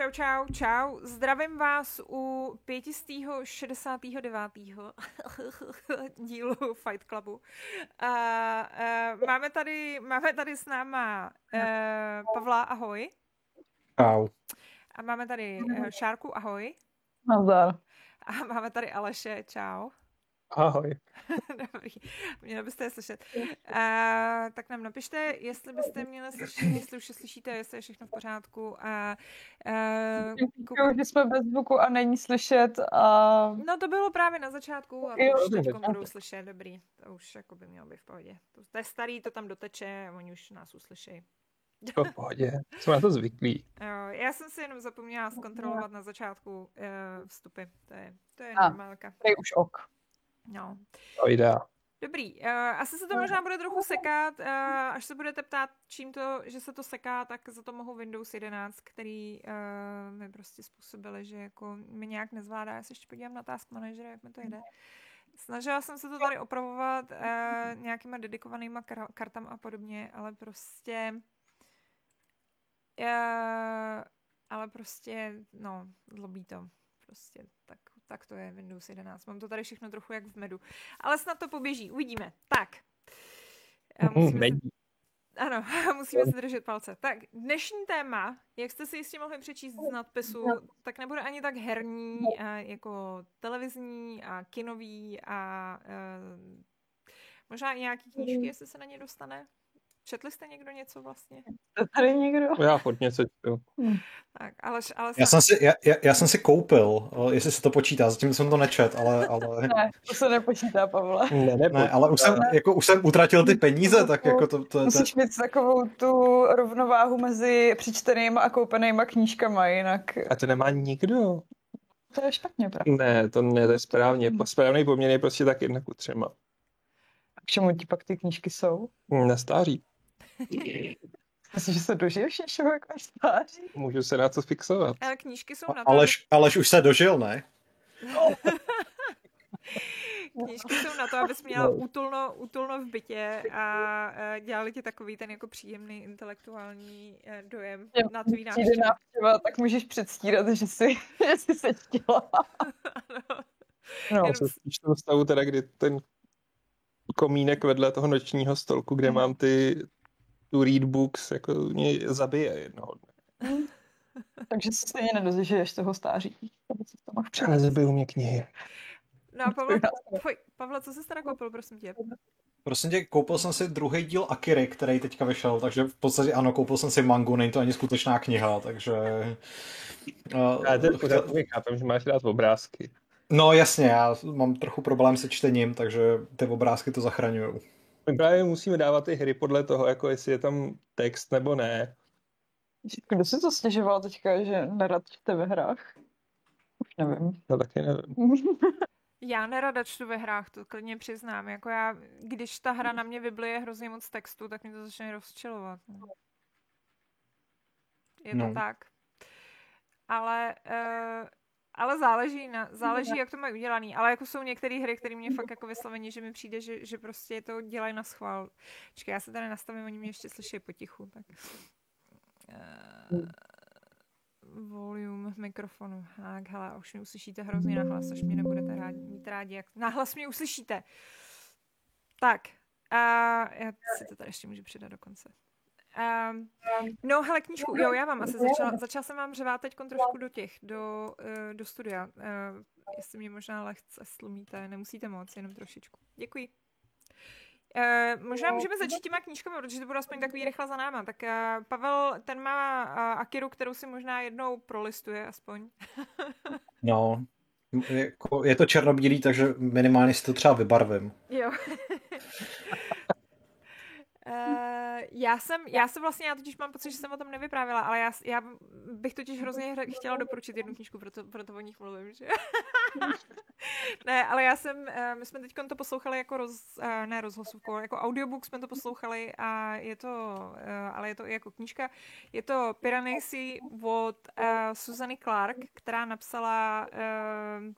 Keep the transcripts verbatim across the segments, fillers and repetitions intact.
Čau, čau, čau. Zdravím vás u pětistého šedesátého devátého dílu Fight Clubu. Uh, uh, máme, tady, máme tady s náma uh, Pavla, ahoj. Čau. A máme tady uh, Šárku, ahoj. Nazdar. A máme tady Aleše, čau. Ahoj. Dobrý, měli byste je slyšet. Uh, tak nám napište, jestli byste měli slyšet, jestli už je slyšíte, jestli je všechno v pořádku. A, uh, kouk... Že jsme bez zvuku a není slyšet. A... No to bylo právě na začátku a to už teď budou slyšet, dobrý. To už jako by mělo být v pohodě. To, to je starý, to tam doteče a oni už nás uslyší. To v pohodě, jsme na to zvyklí. Jo, já jsem si jenom zapomněla zkontrolovat na začátku uh, vstupy. To je, to je a, normálka. To je už ok. No. To jde. Dobrý, uh, asi se to možná bude trochu sekat, uh, až se budete ptát, čím to, že se to seká, tak za to mohu Windows jedenáct, který uh, mi prostě způsobili, že jako mi nějak nezvládá. Já se ještě podívám na Task Manager, jak mi to jde. Snažila jsem se to tady opravovat uh, nějakýma dedikovanýma kar- kartama a podobně, ale prostě uh, ale prostě, no, zlobí to. Prostě tak, tak to je Windows jedenáct. Mám to tady všechno trochu jak v medu. Ale snad to poběží, uvidíme. Tak. Musíme se, ano, musíme si držet palce. Tak, dnešní téma, jak jste si jistě mohli přečíst z nadpisu, tak nebude ani tak herní, jako televizní a kinový a uh, možná i nějaký knížky, jestli se na ně dostane. Četli jste někdo něco vlastně? Tady někdo? Já furt něco čtu. Tak, Aleš, ale já, jsem si, já, já jsem si koupil, jestli se to počítá, zatím jsem to nečet, ale... ale... Ne, to se nepočítá, Pavle. Ne, ne ale už jsem, jako, už jsem utratil ty peníze, tak jako to... to musíš to... mít takovou tu rovnováhu mezi přečtenýma a koupenýma knížkama, jinak... A to nemá nikdo. To je špatně, pravda. Ne, to ne, to je správně. Správný poměr je prostě tak jedna ku třema. A k čemu ti pak ty knížky jsou? Na stáří. Myslím, že se dožiješ něčeho jako stáří? Můžu se na to fixovat. Ale knížky jsou na to... Aleš, Aleš už se dožil, ne? Knížky jsou na to, abys měl útulno, útulno v bytě a dělali ti takový ten jako příjemný intelektuální dojem je, na tvý návštěva. Tak můžeš předstírat, že jsi, že jsi se chtěla. Ano. No, Jenom... se spíš v tom stavu teda, kdy ten komínek vedle toho nočního stolku, kde hmm. mám ty tu readbooks, jako mě zabije jednoho dne. Takže se stejně nedozvěděš toho stáří. Ale zabijou mě knihy. No a Pavle, poj, Pavle, co jsi teda koupil, prosím tě? Prosím tě, koupil jsem si druhý díl Akiry, který teďka vyšel, takže v podstatě ano, koupil jsem si mangu, není to ani skutečná kniha, takže... Uh, já teď pořád chápem, že máš rád obrázky. No jasně, já mám trochu problém se čtením, takže ty obrázky to zachraňujou. My právě musíme dávat ty hry podle toho, jako jestli je tam text nebo ne. Kdo si to stěžoval teďka, že nerad čte ve hrách? Už nevím. Já taky nevím. Já nerada čtu ve hrách, to klidně přiznám. Jako já, když ta hra na mě vyblije hrozně moc textu, tak mě to začne rozčilovat. Je to no. tak. Ale... Uh... Ale záleží, na, záleží, jak to mají udělaný. Ale jako jsou některé hry, které mě fakt jako vysloveně, že mi přijde, že, že prostě to dělají na schvál. Čekaj, já se tady nastavím, oni mě ještě slyší potichu. Tak. Uh, volume mikrofonu. Tak, hele, už mě uslyšíte hrozně nahlas, až mě nebudete rádi, mít rádi. Jak... Nahlas mě uslyšíte. Tak. Uh, já si to tady ještě můžu přidat dokonce. Um, no, hele, knížku, jo, já vám asi začala, začala jsem vám řevát teď trošku do těch, do, uh, do studia. Uh, jestli mě možná lehce slumíte, nemusíte moc, jenom trošičku. Děkuji. Uh, možná můžeme začít těma knížkami, protože to bude aspoň takový rychle za náma. Tak uh, Pavel, ten má uh, Akiru, kterou si možná jednou prolistuje aspoň. No, jako je to černobílý, takže minimálně si to třeba vybarvím. Jo. Uh, já jsem, já jsem vlastně, já totiž mám pocit, že jsem o tom nevyprávila, ale já, já bych totiž hrozně chtěla doporučit jednu knížku, proto, proto o nich mluvím, že? Ne, ale já jsem, uh, my jsme teď to poslouchali jako roz, uh, ne rozhlasovkou, jako audiobook jsme to poslouchali a je to, uh, ale je to i jako knížka, je to Piranesi od uh, Susany Clark, která napsala uh,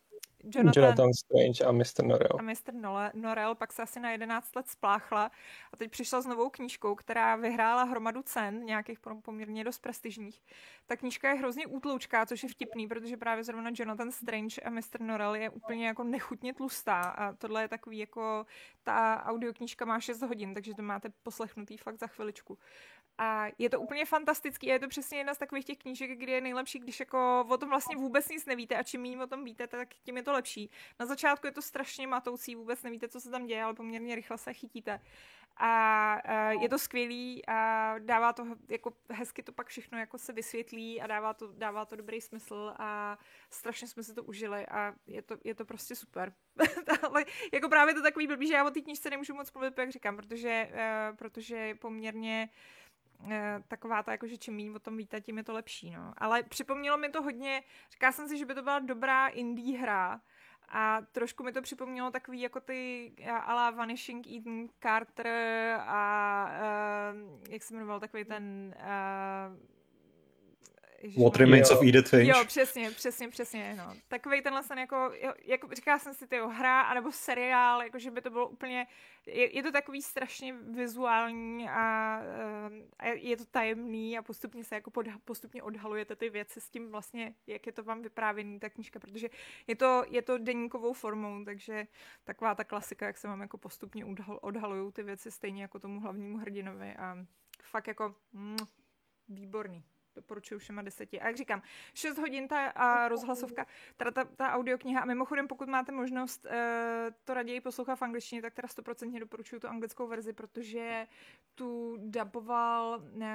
Jonathan, Jonathan Strange a mister Norrell. A mister Norrell pak se asi na jedenáct let spláchla a teď přišla s novou knížkou, která vyhrála hromadu cen, nějakých poměrně dost prestižních. Ta knížka je hrozně útloučká, což je vtipný, protože právě zrovna Jonathan Strange a mister Norrell je úplně jako nechutně tlustá a tohle je takový jako, ta audioknížka má šest hodin, takže to máte poslechnutý fakt za chviličku. A je to úplně fantastický a je to přesně jedna z takových těch knížek, kdy je nejlepší, když jako o tom vlastně vůbec nic nevíte a čím méně o tom víte, tak tím je to lepší. Na začátku je to strašně matoucí, vůbec nevíte, co se tam děje, ale poměrně rychle se chytíte. A uh, je to skvělý a dává to, jako hezky to pak všechno jako se vysvětlí a dává to, dává to dobrý smysl a strašně jsme si to užili a je to, je to prostě super. Ale jako právě to takový blbý, že já o té knížce nemůžu moc mluvit, jak říkám, protože, uh, protože je poměrně taková ta, jako, že čím méně o tom víte, tím je to lepší, no. Ale připomnělo mi to hodně, říkala jsem si, že by to byla dobrá indie hra a trošku mi to připomnělo takový jako ty a la Vanishing Eden Carter a uh, jak se jmenoval takový ten uh, Ježiš, What Remains of Edith Finch. Jo, přesně, přesně, přesně, no. Takovej tenhle ten jako, jako říkala jsem si, tyjo, hra, anebo seriál, jako že by to bylo úplně, je, je to takový strašně vizuální a, a je to tajemný a postupně se jako pod, postupně odhalujete ty věci s tím vlastně, jak je to vám vyprávěný ta knížka, protože je to, je to deníkovou formou, takže taková ta klasika, jak se vám jako postupně odhal, odhalují ty věci stejně jako tomu hlavnímu hrdinovi a fakt jako mm, výborný. Doporučuji všema deseti. A jak říkám, šest hodin ta a rozhlasovka, teda ta, ta audiokniha. A mimochodem, pokud máte možnost uh, to raději poslouchat v angličtině, tak teda stoprocentně doporučuji tu anglickou verzi, protože tu daboval uh,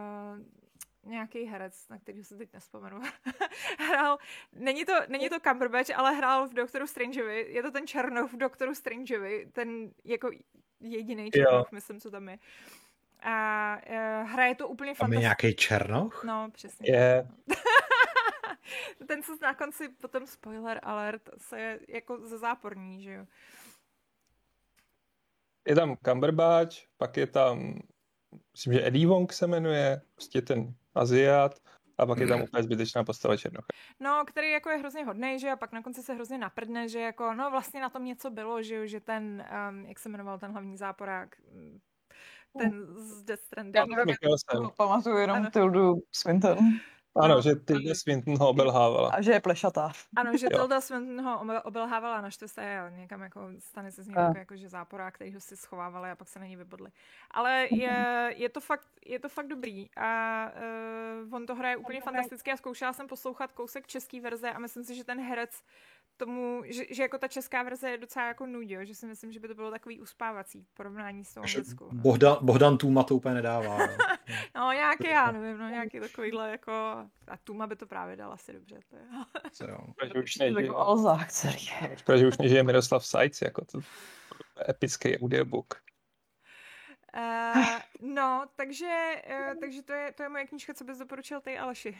nějaký herec, na který se teď nespomenu. hrál, není to, není to Cumberbatch, ale hrál v Doktoru Strangeovi. Je to ten Černoch v Doktoru Strangeovi. Ten jako jediný Černoch, myslím, co tam je. A uh, hraje to úplně fantasticky. Tam je nějaký Černoch? No, přesně. Je. Ten, co na konci potom spoiler alert, se je jako ze záporní, že jo. Je tam Cumberbatch, pak je tam, myslím, že Eddie Wong se jmenuje, prostě ten Aziat, a pak je tam úplně zbytečná postava Černocha. No, který jako je hrozně hodnej, že a pak na konci se hrozně naprdne, že jako, no vlastně na tom něco bylo, že jo, že ten, um, jak se jmenoval ten hlavní záporák, ten z Death Stranding. Já pamatuju jenom Tildu Swinton. Ano, že Tilda Swinton ho obelhávala. A že je plešatá. Ano, že Tilda Swinton ho obelhávala a naštve se a někam jako stane se z něj jako, jako že záporák, který ho si schovávali a pak se na něj vybodli. Ale je, je, to, fakt, je to fakt dobrý a uh, on to hraje úplně fantasticky a zkoušela jsem poslouchat kousek český verze a myslím si, že ten herec tomu, že, že jako ta česká verze je docela jako nudě, že si myslím, že by to bylo takový uspávací porovnání s tou anglickou. No. Bohdan, Bohdan Tuma to úplně nedává. No, no nějaký, já nevím, no nějaký takovýhle jako, a Tuma by to právě dal asi dobře. To je. Co jo. Už nežije, celý. Protože už nežije Miroslav Sajc, jako to epický audiobook. Uh, no, takže, uh, takže to, je, to je moje knížka, co bys doporučil ty, Aleši.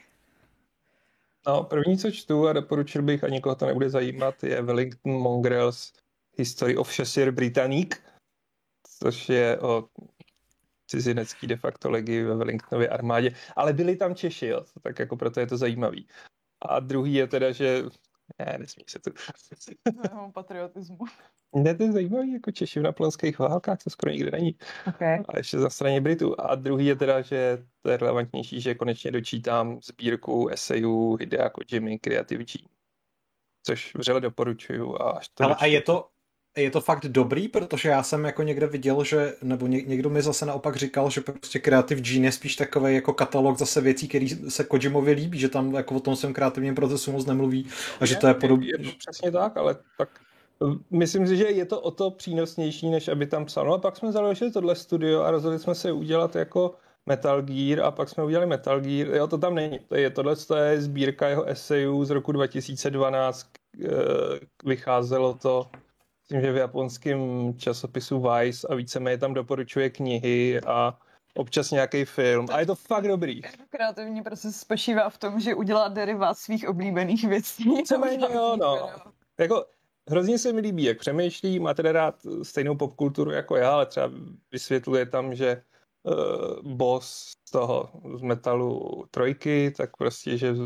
No, první, co čtu a doporučil bych, a nikoho to nebude zajímat, je Wellington Mongrels History of Cheshire Britannique, což je o cizinecký de facto legii ve Wellingtonově armádě. Ale byli tam Češi, jo, tak jako proto je to zajímavý. A druhý je teda, že... Ne, nesmí se tu... patriotismu. Ne, to je zajímavý, jako Češi v napoleonských válkách, to skoro nikdy není. Okay. A ještě za straně Britů. A druhý je teda, že to je relevantnější, že konečně dočítám sbírku esejů Hidea Kojimy Creative Gene. Což vřele doporučuju. A, až to Ale a je to, je to fakt dobrý, protože já jsem jako někde viděl, že, nebo ně, někdo mi zase naopak říkal, že prostě Creative Gene je spíš takový jako katalog zase věcí, který se Kojimovi líbí, že tam jako o tom svém kreativním procesu moc nemluví a že je, to je podobné. Je, je přesně tak, ale tak myslím si, že je to o to přínosnější, než aby tam psal. No a pak jsme založili tohle studio a rozhodli jsme se udělat jako Metal Gear a pak jsme udělali Metal Gear. Jo, to tam není. To je, tohle je sbírka jeho esejů z roku dva tisíce dvanáct. Vycházelo to, myslím, že v japonském časopisu Vice a víceméně tam doporučuje knihy a občas nějaký film. A je to fakt dobrý. Kreativní proces spočívá v tom, že udělá derivát svých oblíbených věcí. Víceméně jo, no. Jako hrozně se mi líbí, jak přemýšlí, má teda rád stejnou popkulturu jako já, ale třeba vysvětluje tam, že uh, boss z toho, z Metalu trojky, tak prostě, že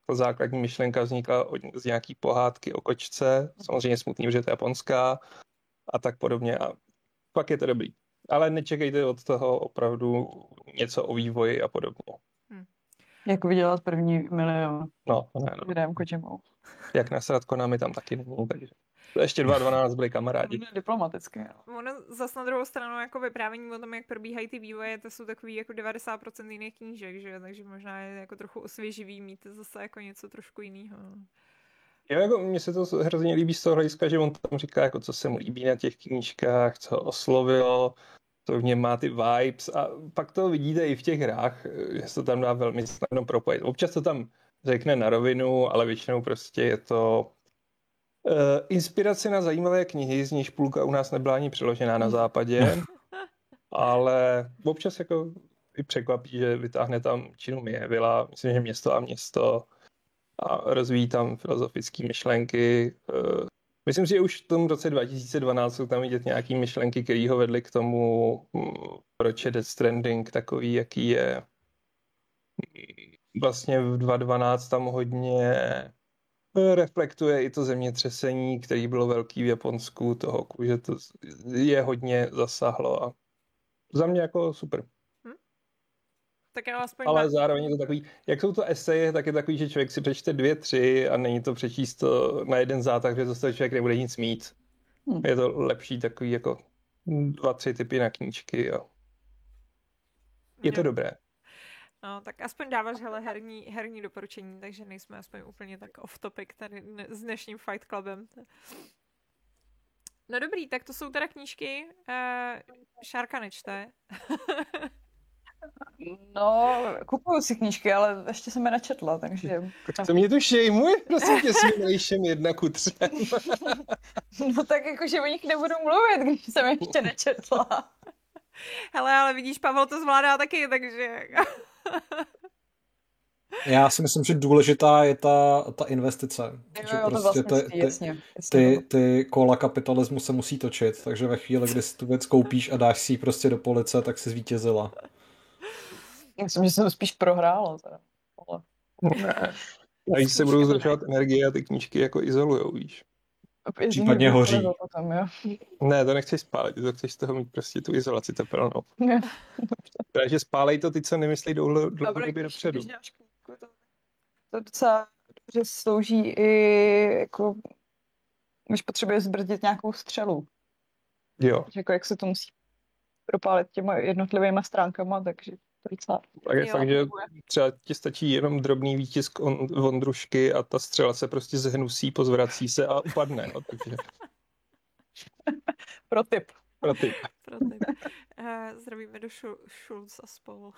ta základní myšlenka vznikla od, z nějaký pohádky o kočce, samozřejmě smutný, že to je japonská a tak podobně a pak je to dobrý. Ale nečekejte od toho opravdu něco o vývoji a podobně. Hmm. Jak vydělat první milion. No, ne, no. Videem Kojimou. Jak nasrat Konami tam taky není, takže ještě dva dvanáct byli kamarádi. Diplomaticky, jo. Ono zas na druhou stranu jako vyprávění o tom, jak probíhají ty vývoje, to jsou takový jako devadesát procent jiných knížek, že? Takže možná je jako trochu osvěživý mít zase jako něco trošku jiného. Jo, jako mně se to hrozně líbí z toho hlediska, že on tam říká, jako co se mu líbí na těch knížkách, co ho oslovilo, to v něm má ty vibes a pak to vidíte i v těch hrách, že se to tam dá velmi snadno propojit. Občas to tam řekne na rovinu, ale většinou prostě je to uh, inspirace na zajímavé knihy, z níž půlka u nás nebyla ani přeložená na západě, ale občas jako i překvapí, že vytáhne tam Činu Mievila, myslím, že Město a město a rozvíjí tam filozofické myšlenky. Uh, Myslím si, že už v tom roce dva tisíce dvanáct jsou tam vidět nějaké myšlenky, které ho vedly k tomu, proč je Death Stranding takový, jaký je. Vlastně v dva tisíce dvanáct tam hodně reflektuje i to zemětřesení, který bylo velký v Japonsku, toho, že to je hodně zasáhlo a za mě jako super. Tak já aspoň ale má... zároveň je to takový, jak jsou to eseje, tak je takový, že člověk si přečte dvě, tři a není to přečíst to na jeden zátah, že to z toho člověk nebude nic mít. Hmm. Je to lepší takový jako dva, tři typy na knížky a je to dobré. No, tak aspoň dáváš hele herní, herní doporučení, takže nejsme aspoň úplně tak off topic tady s dnešním Fight Clubem. No dobrý, tak to jsou teda knížky. Uh, Šárka nečte. No, kupuju si knížky, ale ještě jsem je nečetla, takže... Tak to mě to šejmuje, prosím tě, s Milejšem jedna ku třem. No tak jakože o nich nebudu mluvit, když jsem je ještě nečetla. Hele, ale vidíš, Pavel to zvládá taky, takže... Já si myslím, že důležitá je ta, ta investice. Jo, že jo, prostě to vlastně ty, jasně, ty, jasně. ty, ty kola kapitalismu se musí točit, takže ve chvíli, kdy si tu věc koupíš a dáš si ji prostě do police, tak si zvítězila. Myslím, že jsem to spíš prohrála. Teda. Ale... Ne. A když se budou zdražovat energie a ty knížky jako izolujou, víš. Případně hoří. Potom, jo. Ne, to nechceš spálit, to chceš z toho mít prostě tu izolaci tepelnou. Takže spálej to ty, co nemyslí dlouhodobě dopředu. To, to docela dobře slouží i jako, když potřebuje zbrzdit nějakou střelu. Jo. Jako jak se to musí propálit těma jednotlivýma stránkama, takže to je docela... Tak je jo, fakt, že třeba ti stačí jenom drobný výtisk vondrušky a ta střela se prostě zhnusí, pozvrací se a upadne. No, takže... Pro tip. Pro tip. Pro tip. Uh, zdravíme do Schulz a spolu.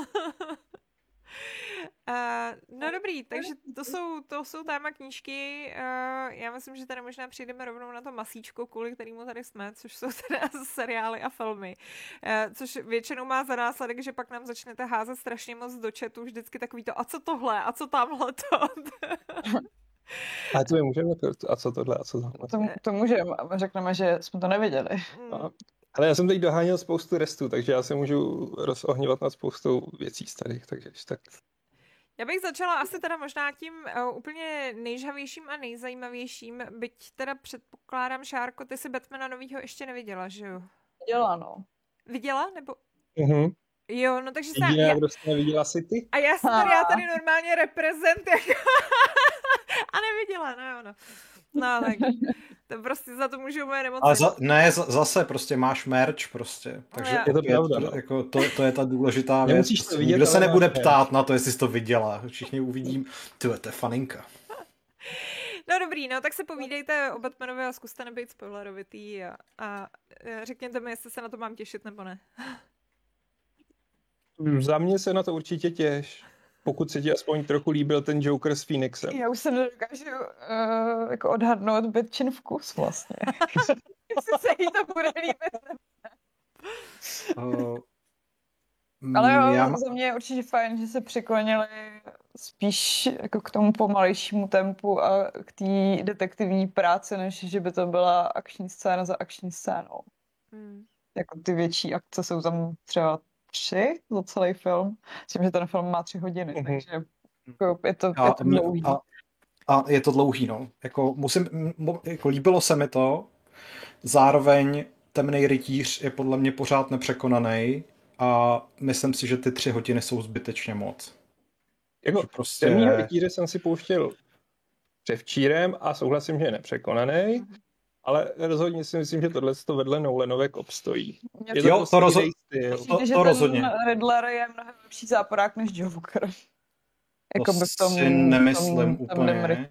Uh, no dobrý, takže to jsou, to jsou téma knížky. Uh, já myslím, že tady možná přijdeme rovnou na to masíčko, kvůli kterému tady jsme, což jsou teda seriály a filmy. Uh, což většinou má za následek, že pak nám začnete házet strašně moc do chatu, vždycky takový to, a co tohle, a co tamhle to. A to je můžeme, a co tohle, a co tamhle. To, to můžeme, řekneme, že jsme to neviděli. Mm. Ale já jsem teď doháněl spoustu restů, takže já se můžu rozohnívat nad spoustou věcí starých, takže tak... Já bych začala asi teda možná tím uh, úplně nejžhavějším a nejzajímavějším, byť teda předpokládám, Šárko, ty si Batmana novýho ještě neviděla, že jo? Viděla, no. Viděla, nebo? Mhm. Jo, no takže... Jediná, já... kdo jsi neviděla, si ty? A já jsem tady, já tady normálně reprezent, jako... a neviděla, no jo, no. No, tak to prostě za to můžu moje nemoci. Ale za, ne, za, zase prostě máš merch prostě, takže no, je to pravda, to, jako, to, to je ta důležitá věc. Nemusíš to vidět, nikdo se nebude merch. ptát na to, jestli jsi to viděla. Všichni uvidím, tyhle, to je faninka. No dobrý, no tak se povídejte o Batmanovi a zkuste nebejt spoilerovitý a, a řekněte mi, jestli se na to mám těšit nebo ne. Za mě se na to určitě těš. Pokud se ti aspoň trochu líbil ten Joker s Phoenixem. Já už se nedokážu uh, jako odhadnout Batčin vkus vlastně. Jestli se jí to bude líbit. Uh, Ale jo, já... za mě je určitě fajn, že se přiklonili spíš jako k tomu pomalejšímu tempu a k té detektivní práci, než že by to byla akční scéna za akční scénou. Hmm. Jako ty větší akce jsou tam třeba tři za celý film. Myslím, že ten film má tři hodiny, mm-hmm. takže Jako je to, A, je to dlouhý. a, a je to dlouhý, no. Jako, musím, jako líbilo se mi to, zároveň Temnej rytíř je podle mě pořád nepřekonaný a myslím si, že ty tři hodiny jsou zbytečně moc. Jako prostě... Temnýho rytíře jsem si pouštěl převčírem a souhlasím, že je nepřekonaný, ale rozhodně si myslím, že tohle to vedle Nolanovek obstojí. Je to, jo, to, rozho- to, to, to rozhodně. Riddler je mnohem lepší záporák než Joker. Jako to v tom, si nemyslím tom, úplně.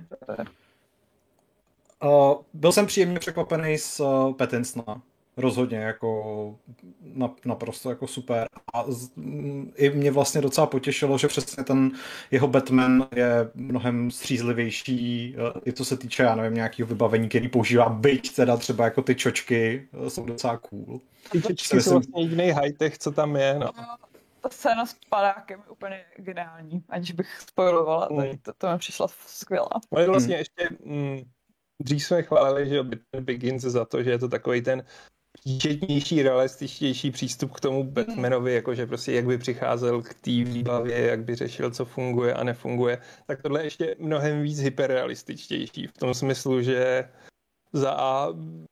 Uh, byl jsem příjemně překvapený z uh, Pattinsona. Rozhodně, jako naprosto jako super. A z, m, i mě vlastně docela potěšilo, že přesně ten jeho Batman je mnohem střízlivější, uh, i co se týče, já nevím, nějakého vybavení, který používá, byť teda třeba jako ty čočky uh, jsou docela cool. Ty čočky jsou vlastně jediný high-tech, co tam je, no. Ta scéna s padákem je úplně geniální, aniž bych spoilovala, mm. tak to, to mi přišla skvělá. Ale vlastně mm. ještě... Mm, dřív jsme chválili, že Batman Begins za to, že je to takový ten píčetnější, realističtější přístup k tomu Batmanovi, jakože prostě jak by přicházel k té výbavě, jak by řešil, co funguje a nefunguje, tak tohle je ještě mnohem víc hyperrealističtější v tom smyslu, že za A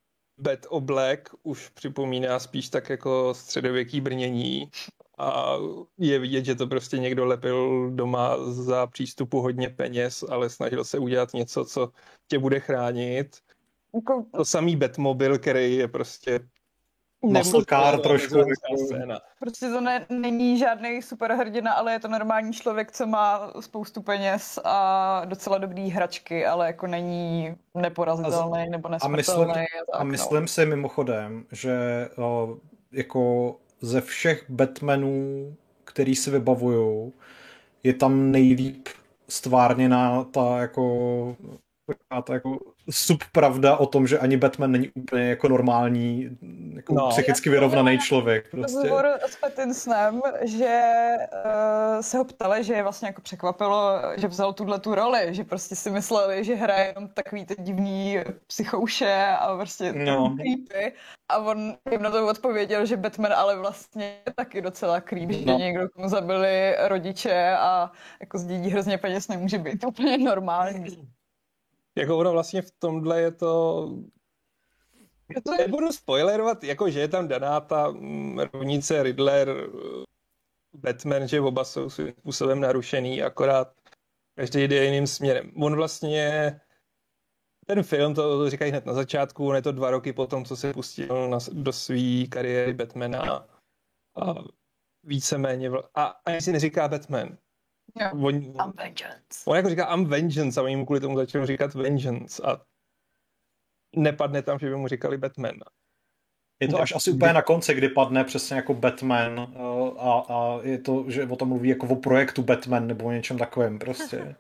Bat Oblek už připomíná spíš tak jako středověký brnění a je vidět, že to prostě někdo lepil doma za přístupu hodně peněz, ale snažil se udělat něco, co tě bude chránit. To samý Batmobil, který je prostě muscle car trošku. Scéna. Prostě to ne, není žádný superhrdina, ale je to normální člověk, co má spoustu peněz a docela dobrý hračky, ale jako není neporazitelný nebo nesmrtelný. A myslím, a, a myslím si mimochodem, že o, jako ze všech Batmanů, který si vybavuju, je tam nejlíp stvárněná ta jako ta jako subpravda o tom, že ani Batman není úplně jako normální, jako no, psychicky vyrovnaný člověk. Prostě. Rozhovor s Pattinsonem, že uh, se ho ptali, že je vlastně jako překvapilo, že vzal tuhletu roli, že prostě si mysleli, že hraje jenom takový ty divný psychouše a prostě no. creepy. A on jim na to odpověděl, že Batman ale vlastně taky docela creepy, no. že někdo, komu zabili rodiče a jako zdědí hrozně peněz, nemůže být úplně normální. Jako ono vlastně v tomhle je to... Nebudu spoilerovat, jako že je tam daná ta rovnice Riddler, Batman, že oba jsou svým způsobem narušený, akorát každý jde jiným směrem. On vlastně... Ten film, to, to říkají hned na začátku, on je to dva roky potom, co se pustil na, do své kariéry Batmana a víceméně... Vl... A ani si neříká Batman. Yeah. On, I'm vengeance. On jako říká I'm vengeance a oni mu kvůli tomu začali říkat vengeance a nepadne tam, že by mu říkali Batman. Je to až asi úplně na konci, kdy padne přesně jako Batman a, a je to, že o tom mluví jako o projektu Batman nebo o něčem takovém prostě.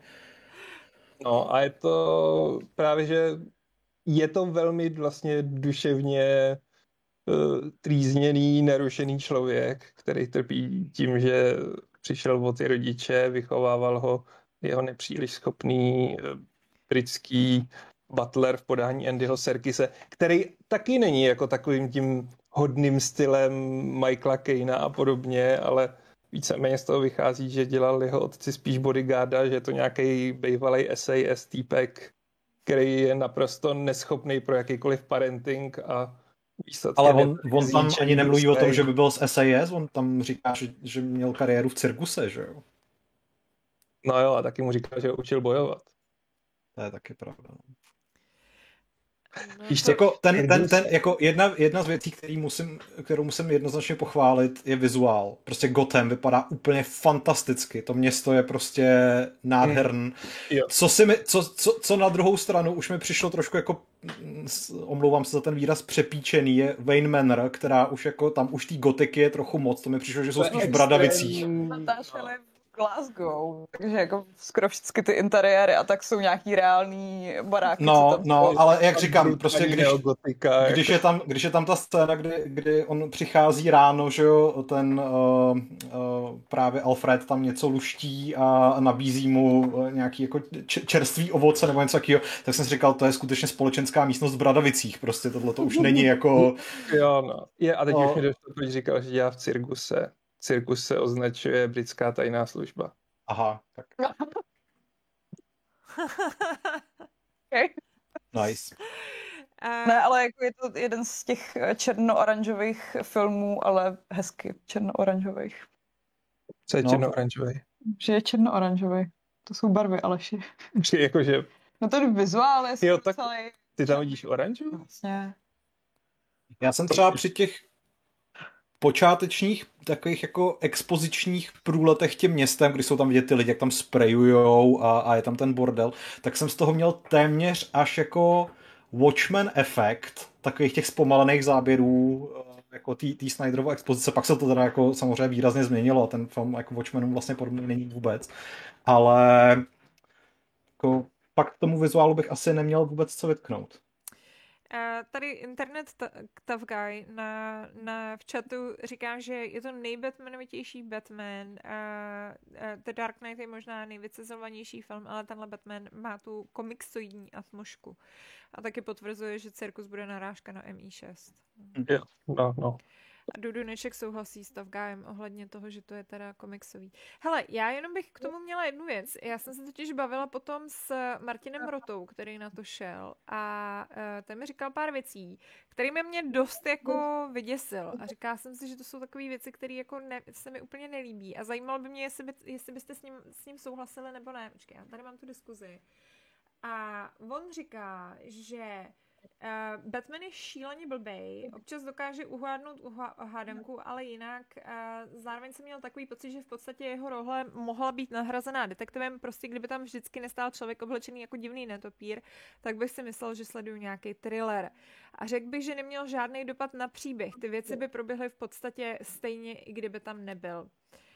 No a je to právě, že je to velmi vlastně duševně uh, trýzněný, narušený člověk, který trpí tím, že přišel od ty rodiče, vychovával ho jeho nepříliš schopný britský butler v podání Andyho Serkise, který taky není jako takovým tím hodným stylem Michaela Caina a podobně, ale víceméně z toho vychází, že dělal jeho otci spíš bodyguarda, že je to nějaký bývalý S A S týpek, který je naprosto neschopný pro jakýkoliv parenting a ale on, on tam ani nemluví o tom, že by byl z S A S, on tam říká, že, že měl kariéru v cirkuse, že jo? No jo, a taky mu říká, že učil bojovat. To je taky pravda. Víš co, jako, ten, ten, ten, jako jedna, jedna z věcí, který musím, kterou musím jednoznačně pochválit, je vizuál. Prostě Gotham vypadá úplně fantasticky. To město je prostě nádherný. Mm. Co, si mi, co, co, co na druhou stranu už mi přišlo trošku jako, omlouvám se za ten výraz, přepíčený, je Wayne Manor, která už jako, tam už té gotiky je trochu moc. To mi přišlo, že jsou spíš v Bradavicích. Natáčeli Glasgow, takže jako skoro všechny ty interiéry a tak jsou nějaký reální baráky. No, tam no, ale jak říkám, prostě když, když, je tam, když je tam ta scéna, kdy, kdy on přichází ráno, že jo, ten uh, uh, právě Alfred tam něco luští a nabízí mu nějaký jako čerstvý ovoce nebo něco takového, tak jsem si říkal, to je skutečně společenská místnost v Bradavicích, prostě tohle to už není jako... Jo, no. Je, a teď no. už mi došlo, když říkal, že dělá v cirkuse. Cirkus se označuje britská tajná služba. Aha, tak. Okay. Nice. Uh, Ne, ale jako je to jeden z těch černo-oranžových filmů, ale hezky černo-oranžových. Co je No. černo-oranžový? Že je černo-oranžový. To jsou barvy, Aleši. Jakože... No to vizuál je Jo, tak celý... ty tam vidíš oranžový? Vlastně. Já jsem třeba při těch počátečních takových jako expozičních průletech těm městem, kdy jsou tam vidět ty lidi, jak tam sprayujou a, a je tam ten bordel, tak jsem z toho měl téměř až jako Watchmen efekt, takových těch zpomalených záběrů jako té Snyderovo expozice, pak se to teda jako samozřejmě výrazně změnilo a ten film jako Watchmenům vlastně podobný není vůbec, ale jako pak k tomu vizuálu bych asi neměl vůbec co vytknout. Uh, tady internet t- Tough Guy na, na v chatu říká, že je to nejbatmanovitější Batman. Uh, uh, The Dark Knight je možná nejvycizovanější film, ale tenhle Batman má tu komiksoidní atmosféru. A taky potvrzuje, že cirkus bude narážka na M I šest. Jo, no, no. A Dudu Neček souhlasí s Tough Guyem ohledně toho, že to je teda komiksový. Hele, já jenom bych k tomu měla jednu věc. Já jsem se totiž bavila potom s Martinem Rotou, který na to šel a uh, ten mi říkal pár věcí, kterými mě dost jako vyděsil a říkala jsem si, že to jsou takové věci, které jako ne, se mi úplně nelíbí a zajímalo by mě, jestli, by, jestli byste s ním, s ním souhlasili nebo ne. Počkej, já tady mám tu diskuzi. A on říká, že Uh, Batman je šíleně blbej, občas dokáže uhádnout hádanku, ale jinak uh, zároveň jsem měl takový pocit, že v podstatě jeho role mohla být nahrazená detektivem, prostě kdyby tam vždycky nestál člověk oblečený jako divný netopír, tak bych si myslel, že sleduju nějaký thriller. A řekl bych, že neměl žádný dopad na příběh, ty věci by proběhly v podstatě stejně, i kdyby tam nebyl.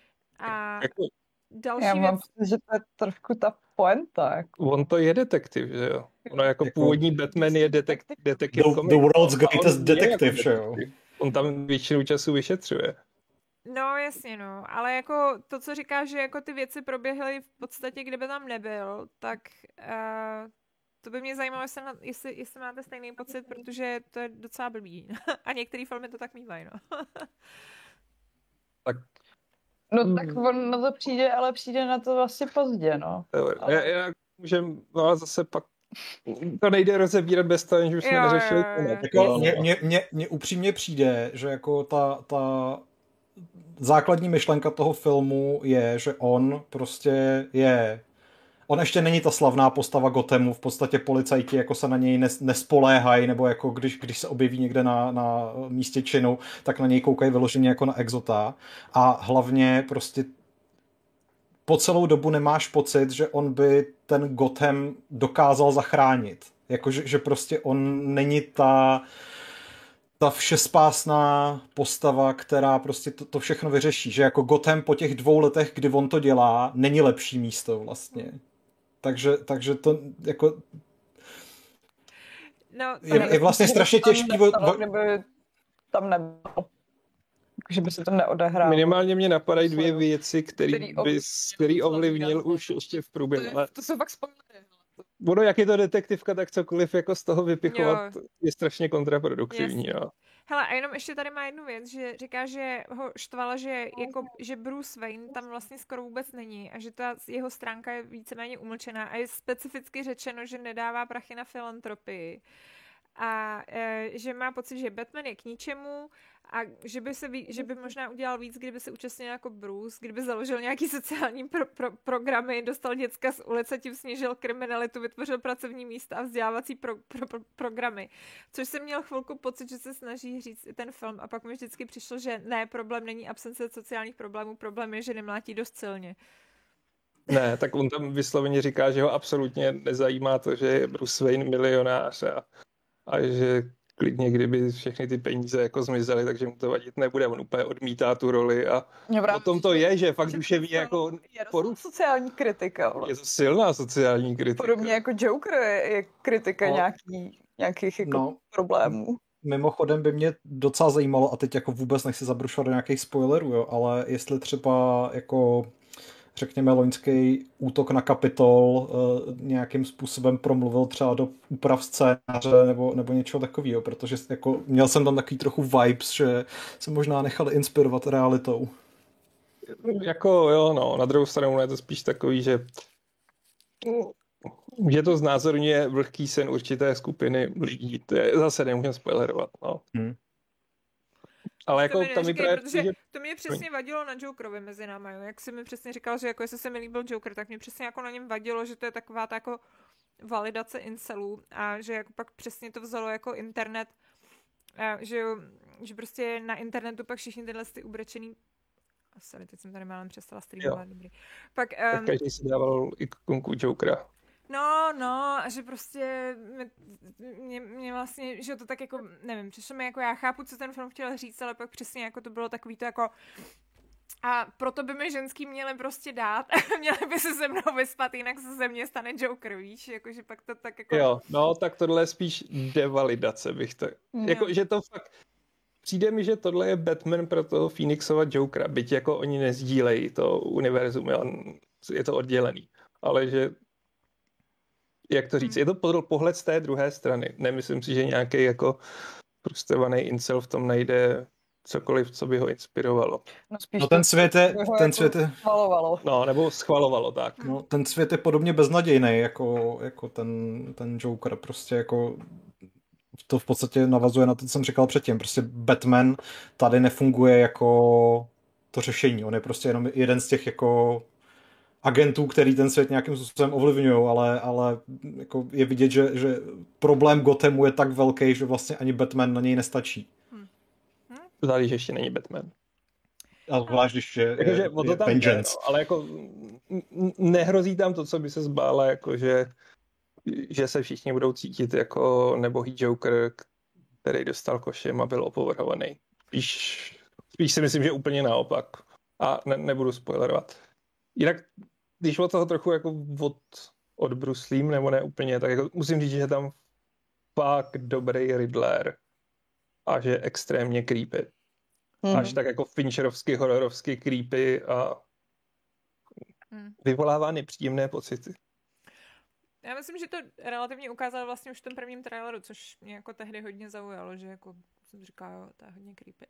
A další Já mám věc... pocit, že to je trošku ta poenta. Jako. On to je detektiv, že jo? Ono jako, jako původní Batman je detek, detektiv. The, the world's greatest detective, že jo? On tam většinu času vyšetřuje. No jasně, no, ale jako to, co říká, že jako ty věci proběhly v podstatě, kdyby tam nebyl, tak uh, to by mě zajímalo, jestli, na, jestli, jestli máte stejný pocit, protože to je docela blbý. A některé filmy to tak mývají, no. Tak No tak on na to přijde, ale přijde na to vlastně pozdě, no. Ale... Já, já můžem, no a zase pak to nejde rozebírat bez toho, že už jsme jo, neřešili. jo, jo. Jako mně, mně, mně, mně upřímně přijde, že jako ta, ta základní myšlenka toho filmu je, že on prostě je... On ještě není ta slavná postava Gothamu, v podstatě policajti jako se na něj nes, nespoléhají, nebo jako když, když se objeví někde na, na místě činu, tak na něj koukají vyloženě jako na exota. A hlavně prostě po celou dobu nemáš pocit, že on by ten Gotham dokázal zachránit. Jako, že, že prostě on není ta, ta všespásná postava, která prostě to, to všechno vyřeší. Že jako Gotham po těch dvou letech, kdy on to dělá, není lepší místo vlastně. Takže, takže to jako... No, je, je vlastně strašně těžký... Nestalo, kdyby tam nebylo. Že by se to neodehrálo. Minimálně mě napadají dvě věci, který, který, by, který ovlivnil už ještě v průběhu. To, je, to jsou fakt spoilery. Ono, jak je to detektivka, tak cokoliv jako z toho vypichovat jo. je strašně kontraproduktivní. Jo. Hele, a jenom ještě tady má jednu věc, že říká, že ho štvala, že, jako, že Bruce Wayne tam vlastně skoro vůbec není a že ta jeho stránka je víceméně umlčená a je specificky řečeno, že nedává prachy na filantropii. A e, že má pocit, že Batman je k ničemu a že by, se, že by možná udělal víc, kdyby se účastnil jako Bruce, kdyby založil nějaký sociální pro, pro, programy, dostal děcka z ulice, tím snížil kriminalitu, vytvořil pracovní místa a vzdělávací pro, pro, pro, programy. Což jsem měl chvilku pocit, že se snaží říct ten film a pak mi vždycky přišlo, že ne, problém není absence sociálních problémů, problém je, že nemlátí dost silně. Ne, tak on tam vysloveně říká, že ho absolutně nezajímá to, že je Bruce Wayne milionář a a že klidně, kdyby všechny ty peníze jako zmizely, takže mu to vadit nebude. On úplně odmítá tu roli a o tom to je, že fakt duševní jako... Je poru... sociální kritika. Vlastně. Je to silná sociální kritika. Podobně jako Joker je, je kritika no. nějaký, nějakých jako no. problémů. Mimochodem by mě docela zajímalo, a teď jako vůbec nechci zabrušovat do nějakých spoilerů, jo, ale jestli třeba jako... řekněme, loňský útok na Kapitol uh, nějakým způsobem promluvil třeba do úprav scénáře nebo, nebo něčeho takového, protože jako, měl jsem tam takový trochu vibes, že se možná nechali inspirovat realitou. Jako jo, no, na druhou stranu je to spíš takový, že Že to znázorňuje vlhký sen určité skupiny lidí. To je zase nemůžeme spoilerovat. No. Hmm. Ale to jako mi tam mi neříkej, právě... protože to mě přesně vadilo na Jokerovi mezi náma, jo. Jak jsi mi přesně říkal, že jako jestli se mi líbil Joker, tak mě přesně jako na něm vadilo, že to je taková ta jako validace incelů a že jako pak přesně to vzalo jako internet, a že, jo, že prostě na internetu pak všichni tyhle ty ubrečený sorry, teď jsem tady málem přestala streamovat, dobrý. Pak, um, tak každý si dával ikonku Jokera. No, no, a že prostě mě, mě vlastně, že to tak jako, nevím, přišlo mi jako, já chápu, co ten film chtěl říct, ale pak přesně jako to bylo takový to jako a proto by mi ženský měli prostě dát, měli by se se mnou vyspat, jinak se ze mě stane Joker, víš, jakože pak to tak jako... Jo, no, tak tohle je spíš devalidace, bych to... No. Jako, že to fakt... Přijde mi, že tohle je Batman pro toho Phoenixova Jokera, byť jako oni nezdílejí to univerzum, je to oddělený, ale že jak to říct, je to pohled z té druhé strany. Nemyslím si, že nějaký jako prostřevaný incel v tom najde cokoliv, co by ho inspirovalo. No, spíš no ten svět je... Ten jako svět je... schvalovalo. No, nebo schvalovalo, tak. No, ten svět je podobně beznadějný, jako, jako ten, ten Joker. Prostě jako... To v podstatě navazuje na to, co jsem říkal předtím. Prostě Batman tady nefunguje jako to řešení. On je prostě jenom jeden z těch jako agentů, který ten svět nějakým způsobem ovlivňují, ale, ale jako je vidět, že, že problém Gothamu je tak velký, že vlastně ani Batman na něj nestačí. Hmm. Hmm? Záleží, že ještě není Batman. A zvlášť, když je, jako, je, že, je to tam Vengeance. Je, no, ale jako nehrozí tam to, co by se zbála, jako že, že se všichni budou cítit jako nebohý Joker, který dostal košem a byl opovrhovaný. Spíš, spíš si myslím, že úplně naopak. A ne, nebudu spoilerovat. Jinak, když od toho trochu jako od, odbruslím, nebo ne úplně, tak jako musím říct, že je tam fakt dobrý Riddler a že je extrémně creepy. Mm-hmm. Až tak jako fincherovsky, hororovsky creepy a mm. vyvolává nepříjemné pocity. Já myslím, že to relativně ukázal vlastně už v tom prvním traileru, což mě jako tehdy hodně zaujalo, že jako jsem říkala, jo, to je hodně creepy.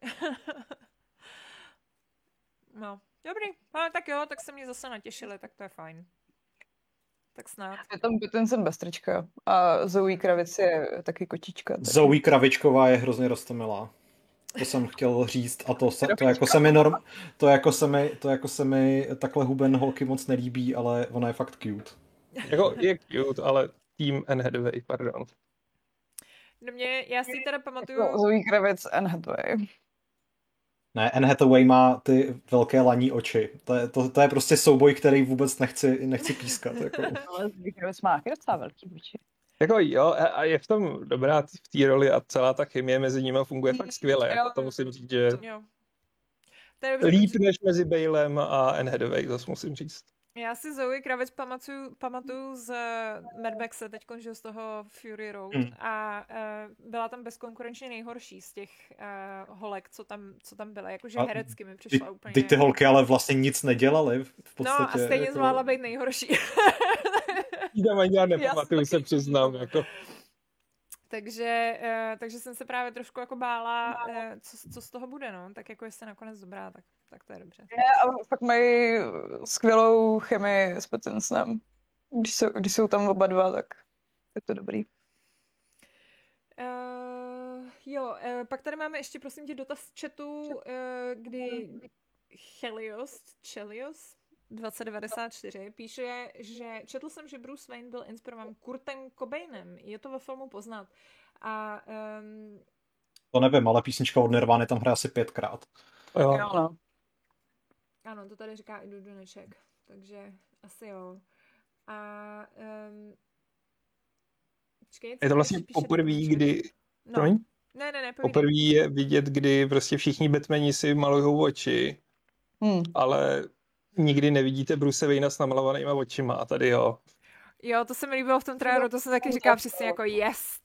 No, dobrý, ale tak jo, tak se mě zase natěšili, tak to je fajn. Tak snad. Je tam Pattinson bez trička a Zoe Kravic je taky kočička. Taky. Zoe Kravičková je hrozně roztomilá. To jsem chtěl říct a to, se, to, jako se mi norm, to, jako se mi, to jako se mi takhle huben holky moc nelíbí, ale ona je fakt cute. Jako je cute, ale tým Anne Hathaway, pardon. No mě, já si teda pamatuju... Jako Zoe Kravic, Anne Hathaway. Ne, Anne Hathaway má ty velké laní oči. To je, to, to je prostě souboj, který vůbec nechci, nechci pískat. Jako. Ale Zoe Kravic má docela velký oči. Jako jo, a je v tom dobrá v té roli a celá ta chemie mezi nimi funguje fakt skvěle. Jako to musím říct, že jo. líp než mezi Balem a Anne Hathaway, zase musím říct. Já si Zoe Kravic pamatuju, pamatuju z Mad Maxe, teďkon, že z toho Fury Road mm. a uh, byla tam bezkonkurenčně nejhorší z těch uh, holek, co tam, co tam byla, jakože a herecky mi přišla ty, úplně. Ty, ty holky ale vlastně nic nedělaly v podstatě. No a stejně jako... zvládla být nejhorší. Tam ani já nepamatuju, se přiznám, jako... Takže, uh, takže jsem se právě trošku jako bála, uh, co, co z toho bude, no. Tak jako jestli nakonec dobrá, tak, tak to je dobře. Ne, ale fakt mají skvělou chemii s Pattinsonem. Když jsou, když jsou tam oba dva, tak je to dobrý. Uh, jo, uh, pak tady máme ještě, prosím tě, dotaz z chatu, uh, kdy Chelios, Chelios dvacet devadesát čtyři píše, že četl jsem, že Bruce Wayne byl inspirován Kurtem Cobainem. Je to ve filmu poznat. A, um... To nevím, ale písnička od Nirvany tam hraje asi pětkrát. Jo. jo no. Ano, to tady říká i Dudoneček. Takže asi jo. A um... Čekaj, je to vlastně poprvé, kdy... No. Ne, ne, ne, poprvé je vidět, kdy prostě všichni Batmani si malujou oči, hmm. ale nikdy nevidíte Bruce Wayna s namalovanýma očima a tady jo. Jo, to se mi líbilo v tom traileru, to jsem taky říkala přesně jako yes.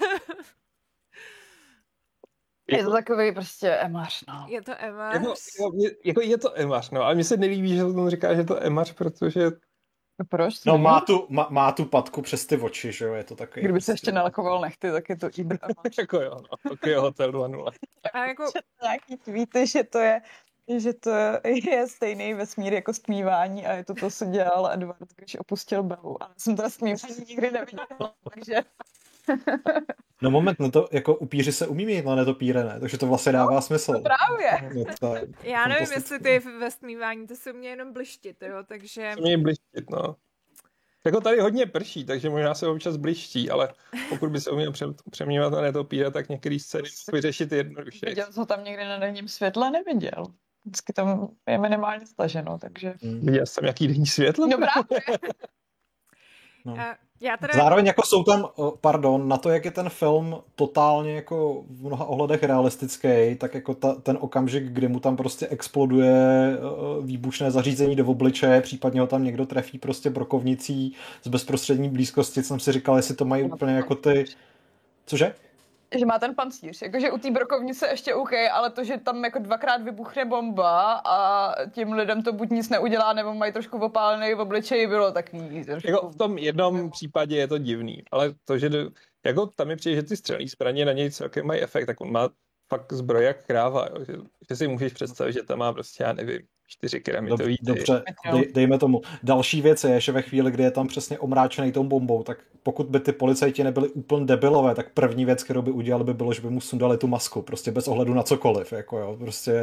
Je to takový prostě emař, no. Je to emař. Jako, je, jako je to emař, no, ale mně se nelíbí, že on říká, že to emař, protože... Proč? No má tu, má, má tu patku přes ty oči, že jo, je to takový... Kdyby se ještě nalakoval nechty, tak je to i emař. Jako jo, no, Tokyo Hotel dva nula. A jako... Nějaký tweety, že to je že to je stejný vesmír jako stmívání a je to to, co dělal Edward, když opustil Bellu. A já jsem teda stmívání nikdy neviděla, takže... No moment, no to jako upíři se umí mít na netopíre, ne? Takže to vlastně dává smysl. No právě. No to Já nevím, jestli ty ve stmívání, to se umě jenom blištit, jo, takže... Se mě blištit, no. Jako tady hodně prší, takže možná se občas bliští, ale pokud by se uměl přemývat na netopíra, tak některý scény vyřešit jednoduše. Viděl jsem tam někdy na denním světle, neviděl. Vždycky tam je minimálně staženo, takže... Hmm. Viděl jsem, jaký denní světlo? No právě. No. Já teda... Zároveň jako jsou tam, pardon, na to, jak je ten film totálně jako v mnoha ohledech realistický, tak jako ta, ten okamžik, kdy mu tam prostě exploduje výbušné zařízení do obličeje, případně ho tam někdo trefí prostě brokovnicí z bezprostřední blízkosti, jsem si říkal, jestli to mají úplně jako ty... Cože? Že má ten pancíř. Jakože u té brokovnice ještě OK, ale to, že tam jako dvakrát vybuchne bomba a tím lidem to buď nic neudělá, nebo mají trošku opálený v obličeji, bylo takový trošku... Jako v tom jednom případě je to divný, ale to, že jako tam mi přijde, že ty střelný zbraně na něj celkem mají efekt, tak on má fakt zbroj jak kráva, jo, že, že si můžeš představit, že tam má prostě, já nevím, čtyři keramitový. Dobře, dej, dejme tomu. Další věc je, že ve chvíli, kdy je tam přesně omráčený tou bombou, tak pokud by ty policajti nebyli úplně debilové, tak první věc, kterou by udělali, by bylo, že by mu sundali tu masku, prostě bez ohledu na cokoliv, jako jo, prostě...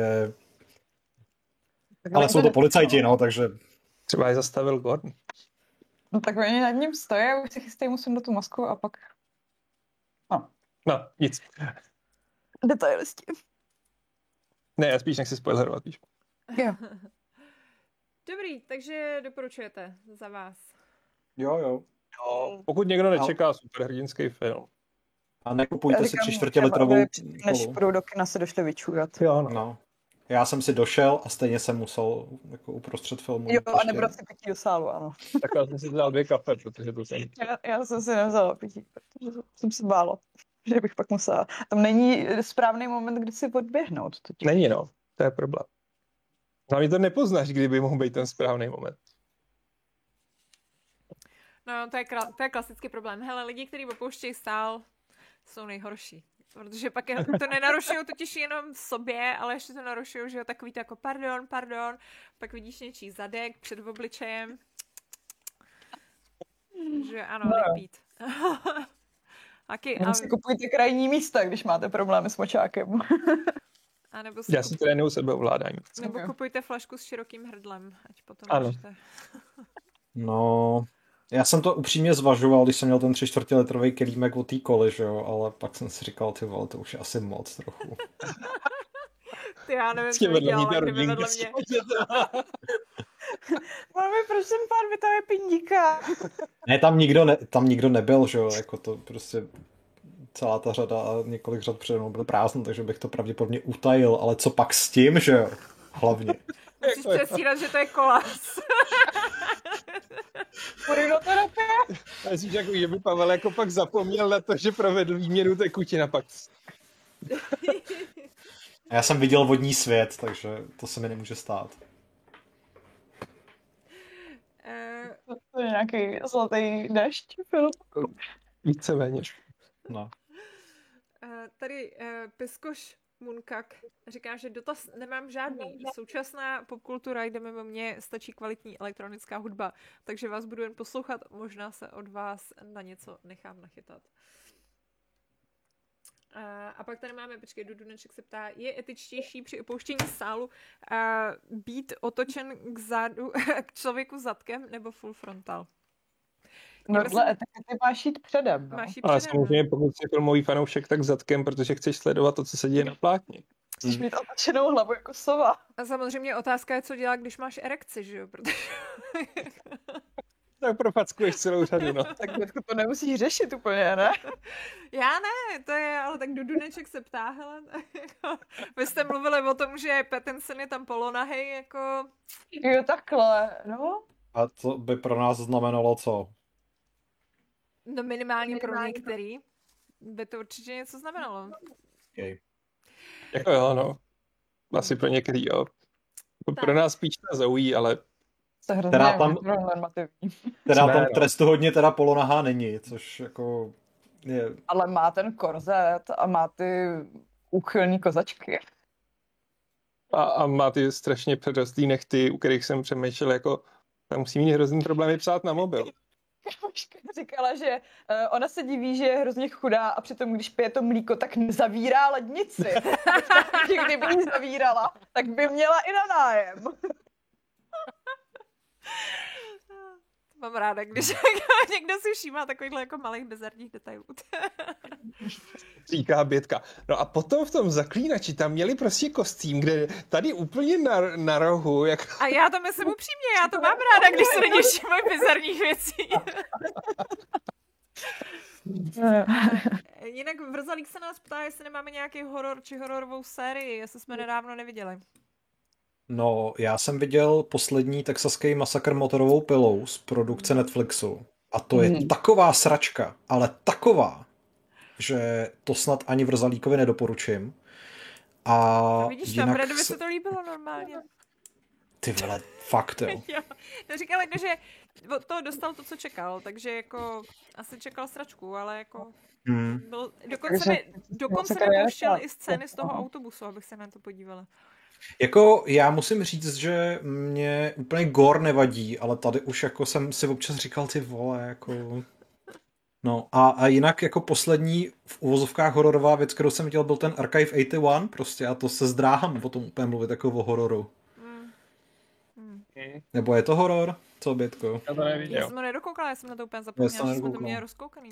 Tak ale jsou to policajti, no, takže... Třeba je zastavil Gordon. No tak oni nad ním stojí a už se chystají mu sundat tu masku a pak... No. No, nic. Detailisti. Ne, já spíš nechci spoilerovat, píš. Jo. Dobrý, takže doporučujete za vás. Jo, jo. jo pokud někdo nečeká no. superhrdinský film. A nekupujte si tři čtvrtě litrovou než budou do kina se došli vyčůrat. Jo, no. no. Já jsem si došel a stejně jsem musel jako uprostřed filmu. Jo, a nebrat si pití do sálu, ano. Tak já jsem si dal dvě kafe, protože to jsem... Já, já jsem si nevzala pití, protože jsem se bála, že bych pak musela. Tam není správný moment, kdy si odběhnout. Totiž. Není, no. To je problém. Hlavně to nepoznáš, kdyby mohl být ten správný moment. No, to je, kla- to je klasický problém. Hele, lidi, kteří opouštějí sál, jsou nejhorší. Protože pak je, to nenarušují totiž jenom sobě, ale ještě to narušují, že jo, takový to jako pardon, pardon, pak vidíš něčí zadek před obličejem. Že ano, no. Nepít. Taky, a... si kupujte krajní místa, když máte problémy s močákem. A nebo si Já si trénuju sebeovládání. Nebo kupujte flašku s širokým hrdlem, ať potom ano. můžete. No... Já jsem to upřímně zvažoval, když jsem měl ten tři čtvrtě litrový kelímek od té koly, že jo, ale pak jsem si říkal, ty vole, to už je asi moc trochu. Ty já nevím, co bych dělala, kdyby vedle mě. Mami, proč ten pán vytahuje pindíka? Ne, tam nikdo, ne, tam nikdo nebyl, že jo, jako to prostě celá ta řada a několik řad přede mnou byl prázdno, takže bych to pravděpodobně utajil, ale co pak s tím, že jo, hlavně. Musíš přestírat, že to je kolas. Urinoterapie? Myslíš, jako, že by Pavel jako pak zapomněl na to, že provedl výměnu tekutiny pak. Já jsem viděl vodní svět, takže to se mi nemůže stát. Uh, to je nějaký zlatý dešť film. Víceméně. No. Uh, tady uh, Piskoš Munkak říká, že dotaz nemám žádný. Současná popkultura jde mimo mě, stačí kvalitní elektronická hudba, takže vás budu jen poslouchat, možná se od vás na něco nechám nachytat. A pak tady máme, počkej, Duduneček se ptá, je etičtější při opouštění sálu být otočen k zádu, k člověku zadkem nebo full frontal? No dle etikety máš jít předem. No. Máš jít Ale předem, samozřejmě no. pokud jsi filmový fanoušek, tak zadkem, protože chceš sledovat to, co se děje na plátně. Chceš mít otočenou hlavu jako sova. A samozřejmě otázka je, co dělá, když máš erekci, že jo? Protože... Tak profackuješ celou řadu, no. Tak to nemusíš řešit úplně, ne? Já ne, to je, ale tak Duduneček se ptá, hele, jako, vy jste mluvili o tom, že Pattinson je tam polonahej, jako... Jo, takhle, no. A to by pro nás znamenalo co? No minimálně pro některý by to určitě něco znamenalo. Okay. Jako jo, no. Asi pro některý, jo. Tak. Pro nás spíš na zaují, ale... Teda tam, teda tam trestu hodně teda polonahá není, což jako je... Ale má ten korzet a má ty úchylný kozačky. A, a má ty strašně předrostlý nechty, u kterých jsem přemýšlel, jako tam musí mít hrozný problémy psát na mobil. Kamoška říkala, že uh, ona se diví, že je hrozně chudá a přitom, když pije to mlíko, tak nezavírá lednici. Kdyby ji zavírala, tak by měla i na nájem. Mám ráda, když někdo si všímá takovýchhle jako malých bizarních detailů. Říká Bětka. No a potom v tom Zaklínači tam měli prostě kostým, kde tady úplně na, na rohu. Jak... A já to myslím upřímně, já to mám ráda, když se lidi všímají bizarních věcí. Jinak Vrzalík se nás ptá, jestli nemáme nějaký horor či hororovou sérii, jestli jsme nedávno neviděli. No, já jsem viděl poslední texaský masakr motorovou pilou z produkce Netflixu. A to je mm. taková sračka, ale taková, že to snad ani Vrzalíkovi nedoporučím. A no vidíš, tam Bradovi se to líbilo normálně. Ty vole, fakt jo. jo. No říkal jako, že od toho dostal to, co čekal, takže jako asi čekal sračku, ale jako hmm. byl, dokonce mi, dokonce mi pouštěl i scény z toho autobusu, abych se na to podívala. Jako já musím říct, že mě úplně gore nevadí, ale tady už jako jsem si občas říkal, ty vole, jako... No a, a jinak jako poslední v uvozovkách hororová věc, kterou jsem viděl, byl ten Archive osmdesát jedna prostě a to se zdráhám o tom úplně mluvit jako o hororu. Mm. Mm. Nebo je to horor? Co, Bětko? Já to neviděl. Já jsem to nedokoukala, já jsem na to úplně zapomněla, že jsme to měli rozkoukaný.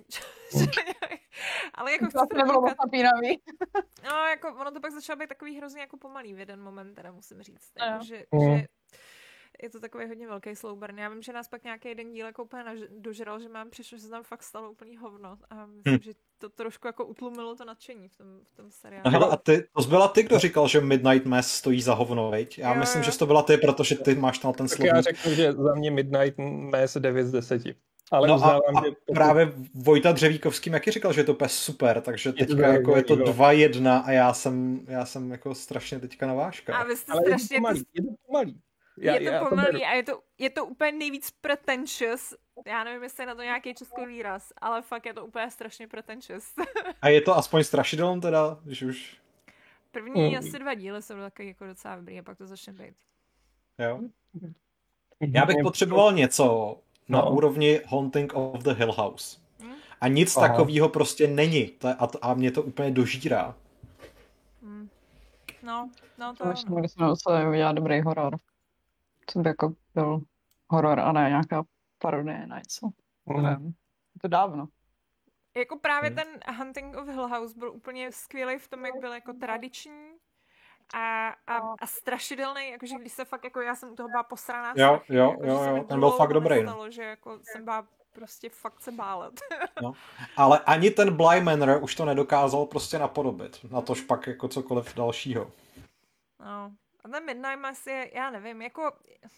Ale jako chci to nebylo moc napínavý. No, jako ono to pak začalo být takový hrozně jako pomalý v jeden moment, teda musím říct. Jako, že, mm. že je to takový hodně velký slouber. Já vím, že nás pak nějaký jeden díl jako úplně dožral, že mám přišlo, že se tam fakt stalo úplný hovno. A myslím, hm. že to trošku jako utlumilo to nadšení v tom, v tom seriálu. Hele, a ty, to byla ty, kdo říkal, že Midnight Mass stojí za hovno, veď? Já jo, myslím, jo. že to byla ty, protože ty máš tam ten slovník. Já řeknu, že za mě Midnight Mass devět z deseti. Ale no uznávám, a, a že právě Vojta Dřevíkovský jaký říkal, že je to úplně super, takže teďka je jako je to dva jedna a já jsem, já jsem jako strašně teďka na vážka. A vy jste ale strašně... je to pomalý, je to pomalý. Já, je to já pomalý a je to, je to úplně nejvíc pretentious. Já nevím, jestli je na to nějaký český výraz, ale fakt je to úplně strašně pretentious. A je to aspoň strašidelný teda, když už... První mm. asi dva díly jsou taky jako docela dobrý a pak to začne být. Jo. Já bych potřeboval něco na no. úrovni Haunting of the Hill House. Hmm? A nic Aha. takového prostě není. To je, a, to, a mě to úplně dožírá. Hmm. No, no to je ono. Když jsme museli udělat dobrý horor. Co by jako byl horor a ne nějaká parodie na něco. Hmm. Nevím. To dávno. Jako právě hmm. ten Hunting of Hill House byl úplně skvělý v tom, jak byl jako tradiční a, a, a strašidelný, jakože když se fakt, jako já jsem u toho byla posraná. Jo, jo, jako, jo, jo, ten byl fakt dobrý. Nestalo, no. Že jako jsem byla prostě fakt se bálet. No. Ale ani ten Bly Manor už to nedokázal prostě napodobit. Na tož pak jako cokoliv dalšího. No. A ten Midnight Mass je, já nevím, jako...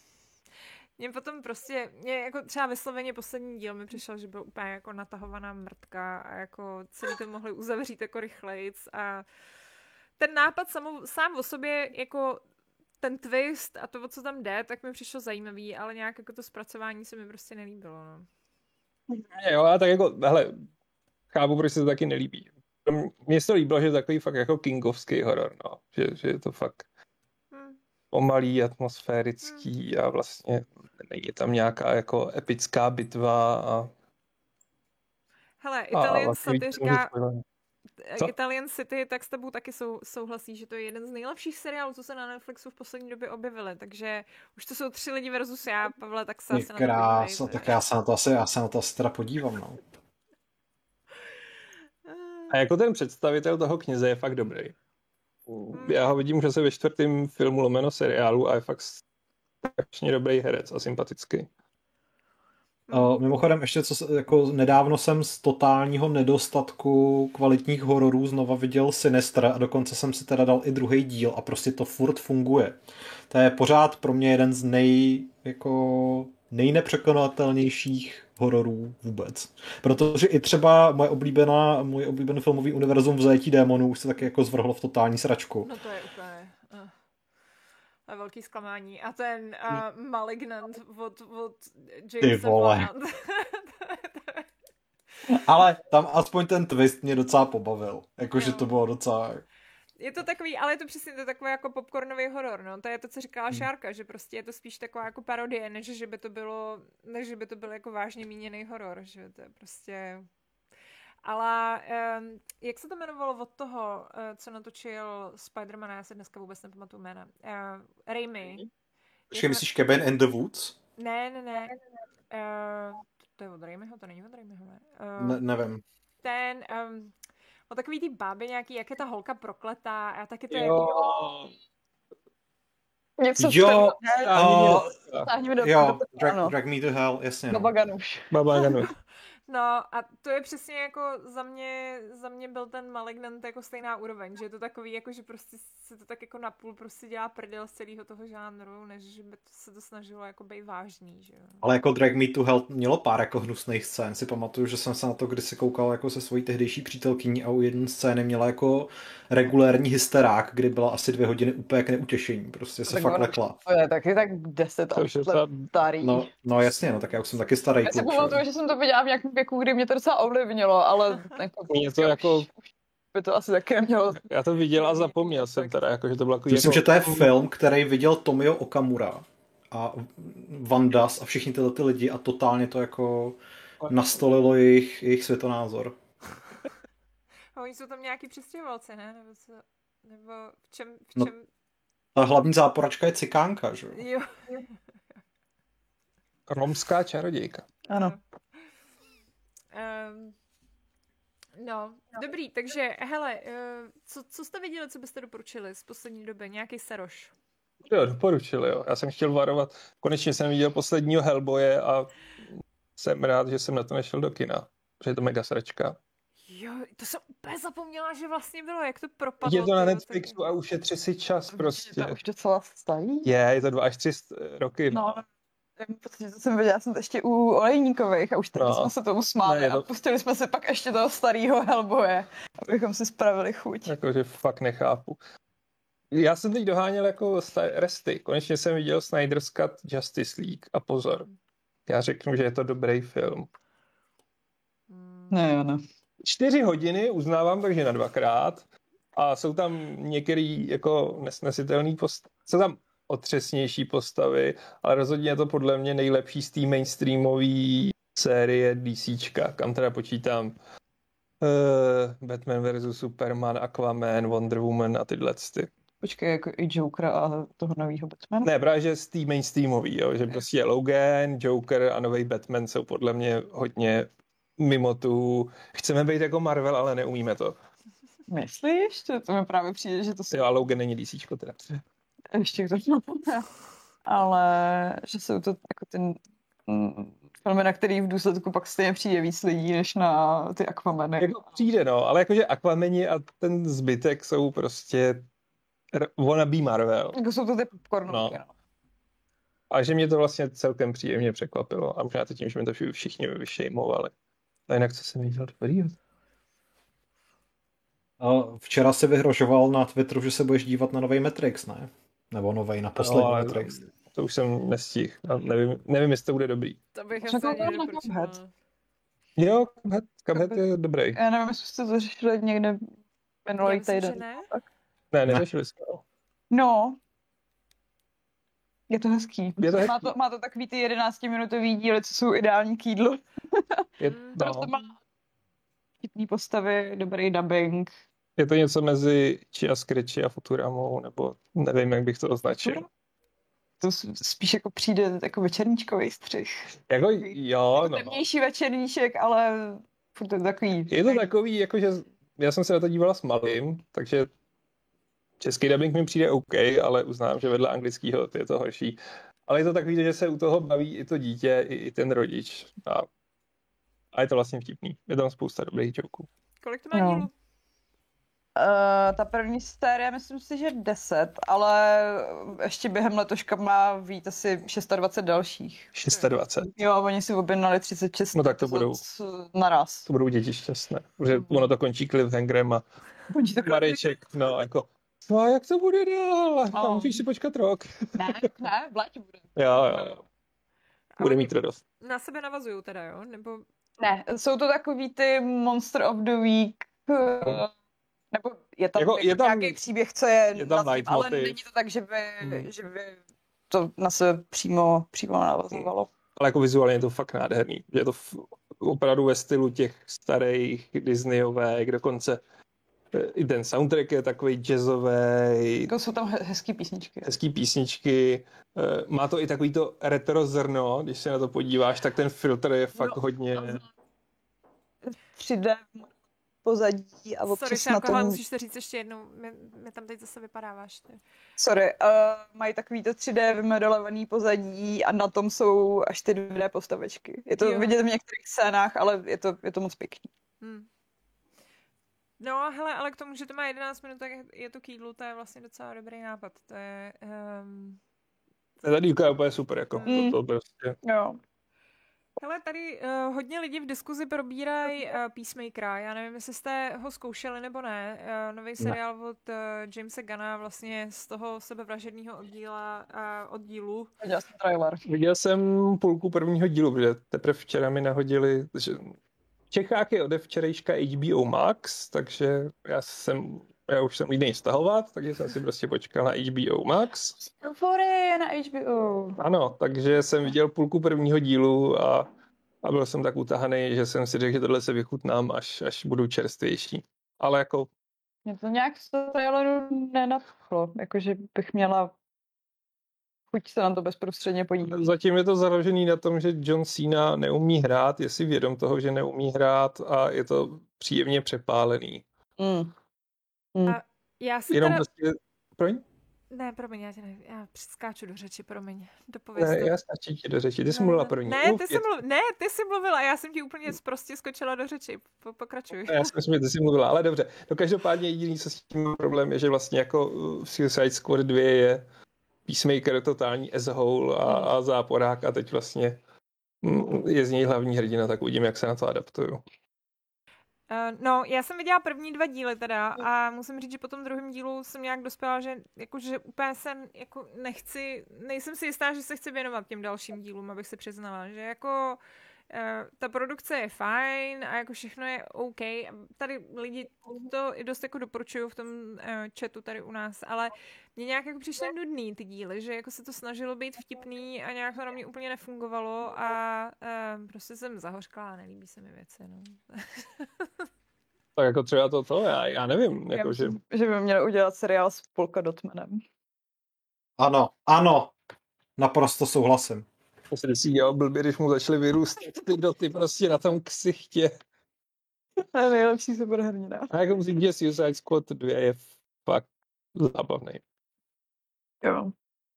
Mě potom prostě, mě jako třeba vysloveně poslední díl mi přišel, že byl úplně jako natahovaná mrtka a jako celý to mohli uzavřít jako rychlejc a ten nápad samou, sám o sobě, jako ten twist a to, o co tam jde, tak mi přišlo zajímavý, ale nějak jako to zpracování se mi prostě nelíbilo, no. Jo, a tak jako, hele, chápu, proč se to taky nelíbí. Mně se to líbilo, že je takový fakt jako kingovský horor, no. Že, že je to fakt hmm. pomalý, atmosférický hmm. a vlastně není tam nějaká jako epická bitva a... Hele, Italian City říká... Co? Italian City, tak s tebou taky sou, souhlasí, že to je jeden z nejlepších seriálů, co se na Netflixu v poslední době objevily, takže už to jsou tři lidi versus já, Pavle, tak se asi na to podívej. Tak já se na to asi, já se na to asi teda podívám, no. A jako ten představitel toho kněze je fakt dobrý. Já ho vidím, že se ve čtvrtém filmu lomeno seriálu a je fakt strašně dobrý herec a sympatický. Uh, mimochodem, ještě co, jako nedávno jsem z totálního nedostatku kvalitních hororů znova viděl Sinister a dokonce jsem si teda dal i druhý díl a prostě to furt funguje. To je pořád pro mě jeden z nej, jako nejnepřekonatelnějších hororů vůbec. Protože i třeba moje oblíbená, můj oblíbený filmový univerzum v Zajetí démonů už se taky jako zvrhlo v totální sračku. No to je úplně... Uh. A velký zklamání. A ten uh, Malignant od, od Jamesa Bond. Ale tam aspoň ten twist mě docela pobavil. Jakože to bylo docela... je to takový, ale je to přesně to takový jako popcornový horor, no. To je to, co říkala Hmm. Šárka, že prostě je to spíš taková jako parodie, než že by to bylo, než že by to byl jako vážně míněný horor, že to je prostě... Ale um, jak se to jmenovalo od toho, uh, co natočil Spider-Man, já se dneska vůbec nepamatuju jména. Uh, Raimi. Počkej, myslíš Cabin in the Woods? Ne, ne, ne. Uh, to je od Raimiho, to není od Raimiho, ne? Uh, Ne, nevím. ten, um, o takový ty báby nějaký, jak je ta holka prokletá a taky to je... Jo, Něco Jo, Táhni uh, Stáhni mi do, jo, do, drag, ano, drag Me to Hell, jasně. do No. Baganuš. Baba Ganu. No a to je přesně jako za mě, za mě byl ten Malignant jako stejná úroveň, že je to takový, jako že prostě se to tak jako napůl prostě dělá prdel z celého toho žánru, než že by to se to snažilo jako být vážný, že jo. Ale jako Drag Me to Hell mělo pár jako hnusných scén. Si pamatuju, že jsem se na to kdysi koukal jako se svojí tehdejší přítelkyní a u jedné scény měla jako regulérní hysterák, kdy byla asi dvě hodiny úplně k neutěšení. Prostě se Tak fakt ono- lekla. To je taky tak deset To už je let ta- starý. No, no jasně, no tak já už jsem taky starý Já si kluk. pamatuju, že jsem to viděla v nějakém věku, kdy mě to docela ovlivnilo, ale jako, Mě to jako- už, už by to asi také mělo. Já to viděl a zapomněl jsem teda, jako, že to bylo jako... Myslím, že to je film, který viděl Tomio Okamura a Van Das a všichni tyhle ty lidi a totálně to jako nastolilo jejich, jejich světonázor. A oni jsou tam nějaký přistěhovalci, ne? Nebo, co, nebo v čem, v No. čem... Ta hlavní záporačka je cikánka, že jo? Jo. Romská čarodějka. Ano. Um, no, dobrý, takže hele, uh, co, co jste viděli, co byste doporučili z poslední doby? Nějaký seroš? Jo, doporučili, jo. Já jsem chtěl varovat. Konečně jsem viděl posledního Hellboye a jsem rád, že jsem na to nešel do kina. Protože je to mega sračka. Jo, to jsem úplně zapomněla, že vlastně bylo, jak to propadlo. Je to na tyjo, Netflixu tak- a ušetři si čas prostě. Je to už docela starý. Je, je to dva až tři roky. No, protože to jsem viděla, jsem to ještě u Olejníkových a už teď No. jsme se tomu smáli Ne, je to- a pustili jsme si pak ještě toho starého Hellboye, abychom si spravili chuť. Jakože fakt nechápu. Já jsem teď doháněl jako sta- resty. Konečně jsem viděl Snyder's Cut Justice League a pozor. Já řeknu, že je to dobrý film. Hmm. Ne, jo, ne. Čtyři hodiny uznávám, takže na dvakrát. A jsou tam některý jako nesnesitelný postavy. Jsou tam otřesnější postavy, ale rozhodně je to podle mě nejlepší z té mainstreamové série DCčka, kam teda počítám uh, Batman versus Superman, Aquaman, Wonder Woman a tyhle ty. Počkej, jako i Jokera a toho nového Batmana. Ne, právě že z té mainstreamový, jo, že prostě Logan, Joker a nový Batman jsou podle mě hodně mimo tu... Chceme být jako Marvel, ale neumíme to. Myslíš? To, to mi právě přijde, že to jsou Jo, a Logan není DCčko teda. ještě k tomu. Ale že jsou to jako ten mm, filmy, na který v důsledku pak stejně přijde víc lidí, než na ty Aquamany. Jako přijde, no, ale jakože Aquamani a ten zbytek jsou prostě r- wannabe Marvel. Jako jsou to ty popcornovky, No. no. A že mě to vlastně celkem příjemně překvapilo. A možná to tím, že mi to vši- všichni vyšejmovali. A jinak, co jsem viděl dobrýho? A včera si vyhrožoval na Twitteru, že se budeš dívat na nový Matrix, ne? Nebo nový na poslední No, ale Matrix. To už jsem nestihl. A nevím, nevím, jestli to bude dobrý. To bych Jsem asi ani koukala na nedoporučovala. Cuphead. Jo, Cuphead, Cuphead je dobrý. Já nevím, jestli jste to řešili někde Já minulý myslím, že týden. ne. Ne, neřešili jsme ho. No. Je to hezký. Je to hezký. Má to, má to takový ty jedenáctiminutový díly, co jsou ideální k jídlu. Je, Mm. no, Prostě má vtipný postavy, dobrý dubbing. je to něco mezi Chia Scratchy a Futuramou, nebo nevím, jak bych to označil. To s- spíš jako přijde jako večerníčkový střih. Jako, jo, no. Temnější večerníček, ale furt to takový. Je to takový, jakože já jsem se na to dívala s malým, takže český dubbing mi přijde OK, ale uznám, že vedle anglického je to horší. Ale je to takový, že se u toho baví i to dítě, i, i ten rodič. A, a je to vlastně vtipný. Je tam spousta dobrých joků. Kolik to má No. dílů? Uh, ta první série, myslím si, že deset, ale ještě během letoška má víc asi dvacet šest dalších. dvacet šest. Jo, oni si objednali třicet šest No tak to budou. naraz. To budou děti šťastné. Protože ono to končí cliffhangerem a Končí to Mareček, no jako no a jak to bude dál? No, No. musíš si počkat rok. Ne, ne, v létě bude. Jo, jo, jo. A Bude oni mít radost. Na sebe navazují teda, jo? Nebo... Ne, jsou to takový ty Monster of the Week uh, Nebo je tam, Jako, jako je tam nějaký příběh, co je, je tam na tím, ale leitmotiv. není to tak, že by, Hmm. že by to na sebe přímo, přímo navazovalo. Ale jako vizuálně je to fakt nádherný. Je to f- opravdu ve stylu těch starých Disneyovek, dokonce i ten soundtrack je takový jazzový. Jako jsou tam he- hezký písničky. Hezký písničky. Má to i takový to retro zrno, když se na to podíváš, tak ten filtr je fakt no, hodně... tři dé pozadí a Sorry, občas na Šárko, tom... ale musíš to říct ještě jednou. My, my tam teď zase vypadáváš. Ty. Sorry, uh, mají takový to tři dé vymodelovaný pozadí a na tom jsou až ty dvě dé postavečky. Je to Jo. vidět v některých scénách, ale je to, je to moc pěkný. Hmm. No, hele, ale k tomu, že to má jedenáct minut, tak je to k jídlu, to je vlastně docela dobrý nápad. To je... Um... Ta dívka je úplně super, jako. Mm. To, to prostě... Jo. Hele, tady uh, hodně lidí v diskuzi probírají uh, Peacemakera. Já nevím, jestli jste ho zkoušeli nebo ne. Uh, nový seriál od uh, Jamesa Gunna vlastně z toho sebevražedného oddíla, uh, oddílu. Viděl jsem trailer. Viděl jsem půlku prvního dílu, protože teprve včera mi nahodili, že v Čechách je ode včerejška H B O Max, takže já jsem, já už jsem jít stahovat, takže jsem si prostě počkal na H B O Max. Euphorie na H B O. Ano, takže jsem viděl půlku prvního dílu a, a byl jsem tak utahaný, že jsem si řekl, že tohle se vychutnám, až, až budu čerstvější. Ale jako... Mě to nějak z toho traileru nenadchlo, jakože bych měla chuť se na to bezprostředně podívat. Zatím je to založený na tom, že John Cena neumí hrát, je si vědom toho, že neumí hrát a je to příjemně přepálený. Mm. Mm. A já si Jenom teda... prostě... Promiň? Ne, promiň, já, tě ne, já přeskáču do řeči, promiň. Dopověz Ne, to. já stačí ti do řeči, ty jsi mluvila první. Ne, Uf, ty jsi je... mluv... ne, ty jsi mluvila, já jsem ti úplně prostě skočila do řeči. Po, pokračuj. Já si myslím, že ty jsi mluvila, ale dobře. No každopádně jediný, co s tím problém je, že vlastně jako v Suicide Squad dva je Peacemaker totální as a whole a, a záporák a teď vlastně je z něj hlavní hrdina, tak uvidím, jak se na to adaptuju. Uh, no, já jsem viděla první dva díly teda a musím říct, že po tom druhém dílu jsem nějak dospěla, že, jako, že úplně se jako nechci, nejsem si jistá, že se chci věnovat těm dalším dílům, abych se přiznala, že jako uh, ta produkce je fajn a jako všechno je OK. Tady lidi to i dost jako doporučují v tom uh, chatu tady u nás, ale mě nějak jako přišly nudný ty díly, že jako se to snažilo být vtipný a nějak to na mě úplně nefungovalo a uh, prostě jsem zahořkla a nelíbí se mi věci, no. Tak jako třeba to, to já, já nevím. Jako, Já že... myslím, že by měli udělat seriál s Polka Dotmanem. Ano, ano, naprosto souhlasím. To se si dělal blbě, když mu začaly vyrůstat ty doty prostě na tom ksichtě. To je nejlepší superhrdina. A jako musím říct, že Suicide Squad dva je fakt zábavný. Jo.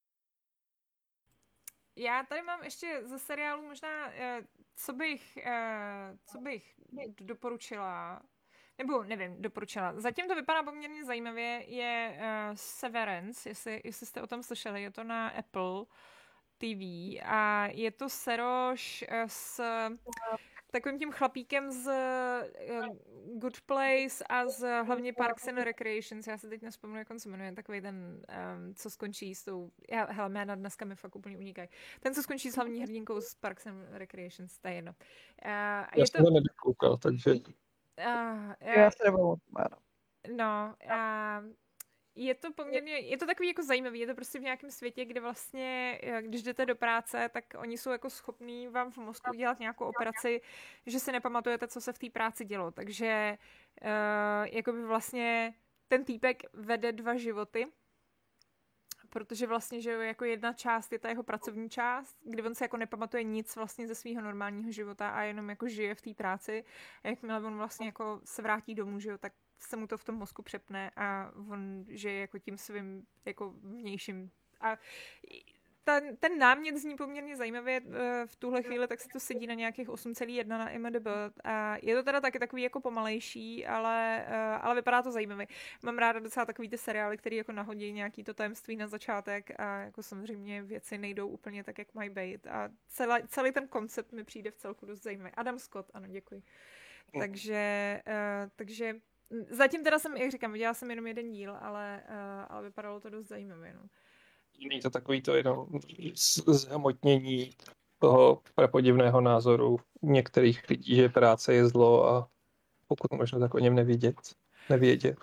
Já tady mám ještě ze seriálu možná, co bych, co bych doporučila, nebo nevím, doporučila. Zatím to vypadá poměrně zajímavě, je Severance, jestli, jestli jste o tom slyšeli, je to na Apple T V a je to seroš s takovým tím chlapíkem z uh, Good Place a z hlavně Parks and Recreations. Já se teď nespomenu, jak on se jmenuje, takový ten, um, co skončí s tou... Já, hele, jména dneska mi fakt úplně unikají. Ten, co skončí s hlavní hrdinkou z Parks and Recreations, to je jedno. Uh, Já je jsem to... to nedokoukal, takže... Uh, já... Já se nebudu jméno. No, uh, je to poměrně, je to takový jako zajímavý, je to prostě v nějakém světě, kde vlastně, když jdete do práce, tak oni jsou jako schopní vám v mozku udělat nějakou operaci, že si nepamatujete, co se v té práci dělo. Takže uh, jakoby vlastně ten týpek vede dva životy, protože vlastně, že jako jedna část je ta jeho pracovní část, kdy on se jako nepamatuje nic vlastně ze svého normálního života a jenom jako žije v té práci. A jakmile on vlastně jako se vrátí domů, že jo, tak se mu to v tom mozku přepne a on žije jako tím svým jako vnějším. A ten, ten námět zní poměrně zajímavě v tuhle chvíli, tak se to sedí na nějakých osm celá jedna na I M D B. A je to teda taky takový jako pomalejší, ale, ale vypadá to zajímavě. Mám ráda docela takový ty seriály, který jako nahodí nějaký to tajemství na začátek a jako samozřejmě věci nejdou úplně tak, jak mají být. A celý, celý ten koncept mi přijde v celku dost zajímavý. Adam Scott, ano, děkuji. Takže, uh, takže zatím teda jsem, jak říkám, viděla jsem jenom jeden díl, ale, uh, ale vypadalo to dost zajímavě. No. Není to takový to jenom zhmotnění toho prapodivného názoru některých lidí, že práce je zlo a pokud možno tak o něm nevidět, nevědět.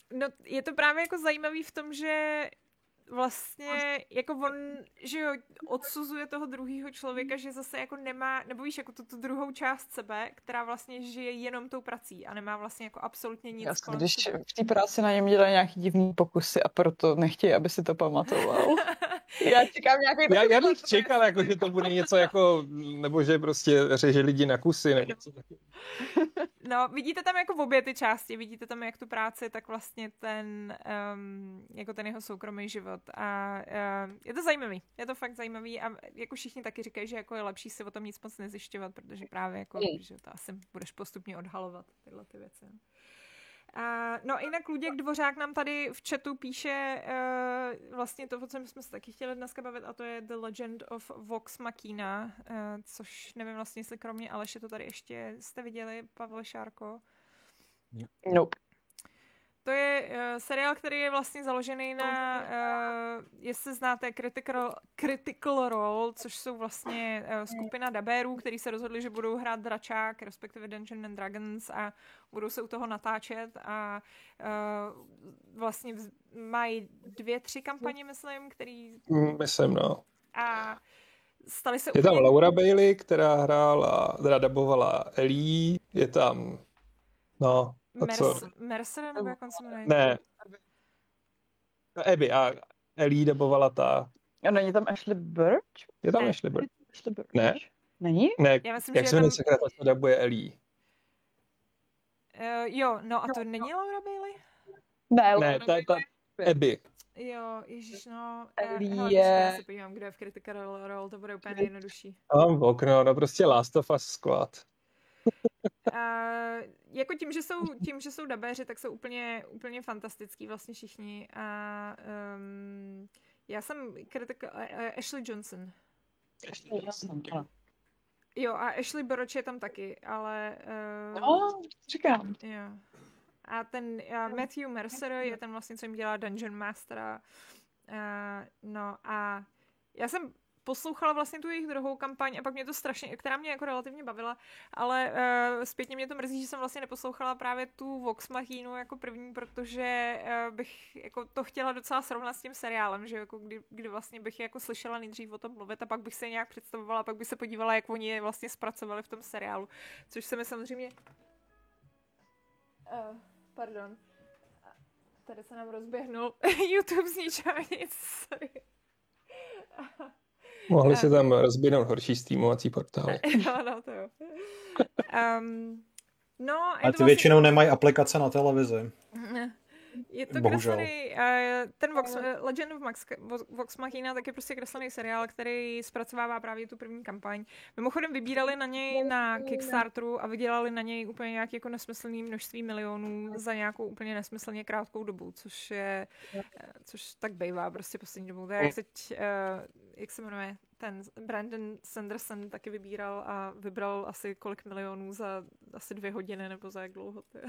No, je to právě jako zajímavý v tom, že vlastně jako on, že jo, odsuzuje toho druhého člověka, že zase jako nemá, nebo víš, jako tu, tu druhou část sebe, která vlastně žije jenom tou prací a nemá vlastně jako absolutně nic. Jasně, když sebe. V té práci na něm dělají nějaký divný pokusy a proto nechtějí, aby si to pamatoval. Já čekám nějaký... Já, já bych čekal, jako, že to bude něco jako, nebo že prostě řeže lidi na kusy, nebo něco takového. No, vidíte tam jako v obě ty části, vidíte tam jak tu práci, tak vlastně ten, um, jako ten jeho soukromý život. A uh, je to zajímavý, je to fakt zajímavý a jako všichni taky říkají, že jako je lepší si o tom nic moc nezjišťovat, protože právě jako, mm. že to asi budeš postupně odhalovat tyhle ty věci. Uh, no jinak Luděk Dvořák nám tady v chatu píše uh, vlastně to, o čem jsme se taky chtěli dneska bavit, a to je The Legend of Vox Machina, uh, což nevím vlastně, jestli kromě Aleše to tady ještě jste viděli, Pavle Šárko? Nope. To je uh, seriál, který je vlastně založený na, uh, jestli znáte Critical, Critical Role, což jsou vlastně uh, skupina dabérů, který se rozhodli, že budou hrát dračák, respektive Dungeons and Dragons a budou se u toho natáčet a uh, vlastně vz- mají dvě, tři kampaně, myslím, který... Myslím, no. A stali se Je úplně... tam Laura Bailey, která hrála, teda dabovala Ellie, je tam, no, a co? Merc- Mercer, nebo jak on se jmenuje? Ne. Abby a Ellie dabovala ta. A není tam Ashley Birch? Je tam Ne. Ashley Birch? Ashley Birch. Ne. Není? Ne, Já myslím, jak že se je jmenuje tam... sekretár, co dabuje Ellie? Uh, jo, no a to není Laura Bailey? Ne, Ne, ta, ta Abby. Jo, ježiš, no. Ellie Hele, je- počkej, já se podívám, kde je v Critical Role, to bude úplně nejjednodušší. Mám v okno, no prostě Last of Us Squad. Uh, jako tím, že jsou, tím, že jsou dabéři, tak jsou úplně, úplně fantastický vlastně všichni. A um, já jsem kritika... Uh, Ashley Johnson. Jo, a Ashley Burch je tam taky, ale... Uh, No, říkám. jo. A ten uh, Matthew Mercer je ten vlastně, co jim dělá Dungeon Mastera. Uh, no a já jsem poslouchala vlastně tu jejich druhou kampaň a pak mě to strašně, která mě jako relativně bavila, ale uh, zpětně mě to mrzí, že jsem vlastně neposlouchala právě tu Vox Machinu jako první, protože uh, bych jako to chtěla docela srovnat s tím seriálem, že jako kdy, kdy vlastně bych jako slyšela nejdřív o tom mluvit a pak bych se je nějak představovala, pak bych se podívala, jak oni je vlastně zpracovali v tom seriálu, což se mi samozřejmě... Uh, pardon. Tady se nám rozběhnul YouTube z ničeho nic, sorry. Mohli se tam rozběhnout horší streamovací portály. No, no, to jo. Um, no, A ty vlastně... většinou nemají aplikace na televizi. Je to Bohužel. kreslený, uh, ten Vox, uh, Legend of Max, Vox Machina, tak je prostě kreslený seriál, který zpracovává právě tu první kampaň. Mimochodem vybírali na něj na Kickstarteru a vydělali na něj úplně nějaké jako nesmyslné množství milionů za nějakou úplně nesmyslně krátkou dobu, což je, uh, což tak bývá prostě poslední dobou. To je, jak, se, uh, jak se jmenuje, ten Brandon Sanderson taky vybíral a vybral asi kolik milionů za asi dvě hodiny nebo za jak dlouho to je.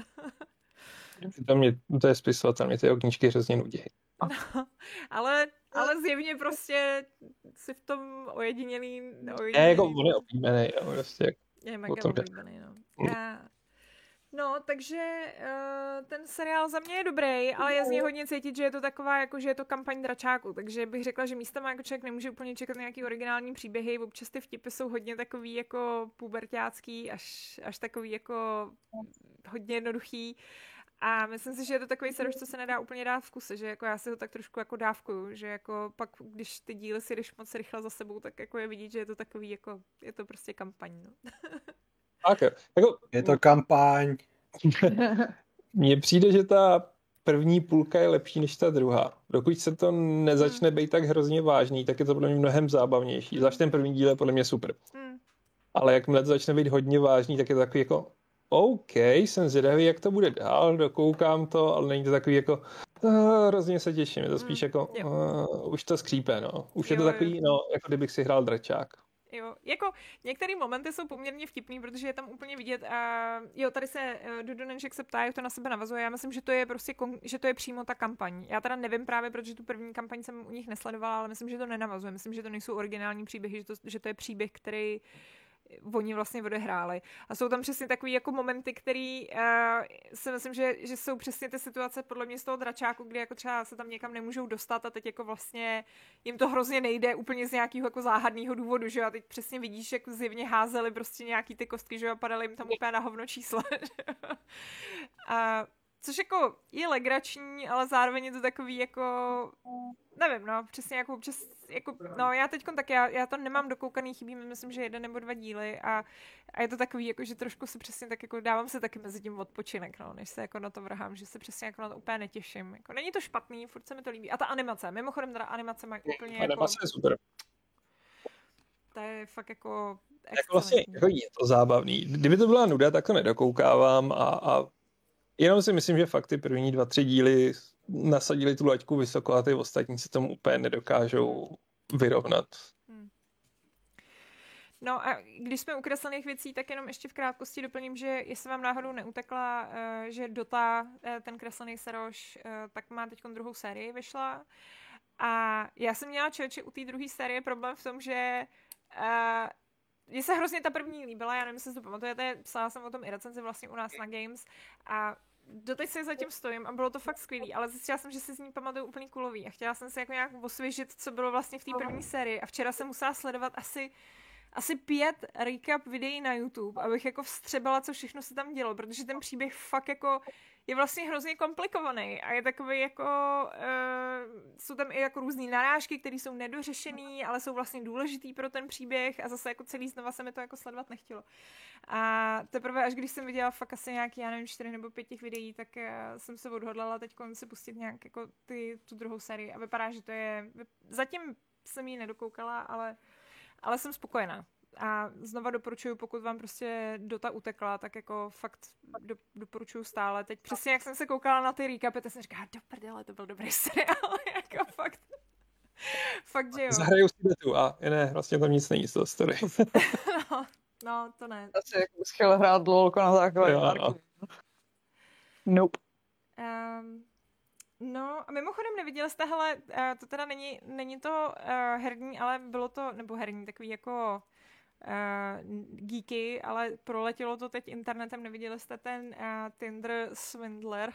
To, mě, to je spisovatel, mě ty jeho knížky hrozně nudí. No, ale, ale zjevně prostě si v tom ojedinělý... ojedinělý Je jako on je oblíbený, jo, prostě. Je mega oblíbený, no. A, no, takže uh, ten seriál za mě je dobrý, ale je z něj hodně cítit, že je to taková, jako že je to kampaň dračáku, takže bych řekla, že místama jako člověk nemůže úplně čekat nějaký originální příběhy, občas ty vtipy jsou hodně takový jako puberťácký, až, až takový jako hodně jednoduchý. A myslím si, že je to takový seriál, co se nedá úplně dát v kuse, že jako já si ho tak trošku jako dávkuju, že jako pak, když ty díly si jdeš moc rychle za sebou, tak jako je vidět, že je to takový jako, je to prostě kampaň, no. Okay. Jako, je to kampaň. Mně přijde, že ta první půlka je lepší než ta druhá. Dokud se to nezačne hmm. být tak hrozně vážný, tak je to podle mě mnohem zábavnější. Zvlášť ten první díl je podle mě super. Hmm. Ale jakmile to začne být hodně vážný, tak je to takový jako OK, jsem zvědavý, jak to bude dál, dokoukám to, ale není to takový jako uh, hrozně se těším, je to spíš jako uh, už to skřípe, no. Už jo, je to takový, jo. no, jako kdybych si hrál dračák. Jo, jako některé momenty jsou poměrně vtipný, protože je tam úplně vidět a jo, tady se uh, Dudu Nenček se ptá, jak to na sebe navazuje, já myslím, že to je prostě, kon- že to je přímo ta kampaň. Já teda nevím právě, protože tu první kampaň jsem u nich nesledovala, ale myslím, že to nenavazuje, myslím, že to nejsou originální příběhy, že to, že to je příběh, který oni vlastně odehráli. A jsou tam přesně takový jako momenty, který uh, si myslím, že, že jsou přesně ty situace podle mě z toho dračáku, kdy jako třeba se tam někam nemůžou dostat a teď jako vlastně jim to hrozně nejde úplně z nějakého jako záhadného důvodu, že jo, a teď přesně vidíš, jak zjevně házeli prostě nějaký ty kostky, že jo, a padaly jim tam úplně na hovno čísla. A což jako je legrační, ale zároveň je to takový jako, nevím, no, přesně jako občas, jako, no já teďkon tak, já, já to nemám dokoukaný, chybí mi, myslím, že jeden nebo dva díly a, a je to takový, jako, že trošku se přesně tak jako, dávám se taky mezi tím odpočinek, no, než se jako na to vrhám, že se přesně jako na to úplně netěším, jako není to špatný, furt se mi to líbí. A ta animace, mimochodem teda animace má úplně jako... Animace je super. To je fakt jako... Jako vlastně jako je to zábavný. Kdyby to byla nuda, tak to nedokoukávám a, a jenom si myslím, že fakt ty první dva, tři díly nasadili tu laťku vysoko a ty ostatní se tomu úplně nedokážou vyrovnat. Hmm. No a když jsme u kreslených věcí, tak jenom ještě v krátkosti doplním, že jestli vám náhodou neutekla, že Dota, ten kreslený seroš, tak má teď druhou sérii vyšla. A já jsem měla člověče u té druhé série problém v tom, že mně se hrozně ta první líbila, já nevím, jestli si to pamatujete, psala jsem o tom i recenzi vlastně u nás na Games a doteď se zatím stojím a bylo to fakt skvělý, ale zjistila jsem, že si z ní pamatuju úplný kulový a chtěla jsem se jako nějak osvěžit, co bylo vlastně v té první sérii a včera jsem musela sledovat asi asi pět recap videí na YouTube, abych jako vstřebala, co všechno se tam dělo, protože ten příběh fakt jako je vlastně hrozně komplikovaný a je takový jako, uh, jsou tam i jako různý narážky, které jsou nedořešený, ale jsou vlastně důležitý pro ten příběh a zase jako celý znova se mi to jako sledovat nechtělo. A teprve, až když jsem viděla fakt asi nějaký, já nevím, čtyři nebo pět těch videí, tak uh, jsem se odhodlala teď si pustit nějak jako ty, tu druhou sérii a vypadá, že to je, zatím jsem ji nedokoukala, ale Ale jsem spokojená. A znova doporučuju, pokud vám prostě Dota utekla, tak jako fakt do, doporučuju stále. Teď přesně jak jsem se koukala na ty recapy, tak jsem říkala, do prdele, to byl dobrý seriál. Jako fakt. Fakt, že jo. Zahraju si Dotu a ne, vlastně tam nic není z toho story. no, no, to ne. Asi jako schyle hrát lolko na základě. No. Nope. Um, No a mimochodem neviděli jste, hele, to teda není, není to uh, herní, ale bylo to, nebo herní, takový jako uh, geeky, ale proletělo to teď internetem, neviděli jste ten uh, Tinder Swindler?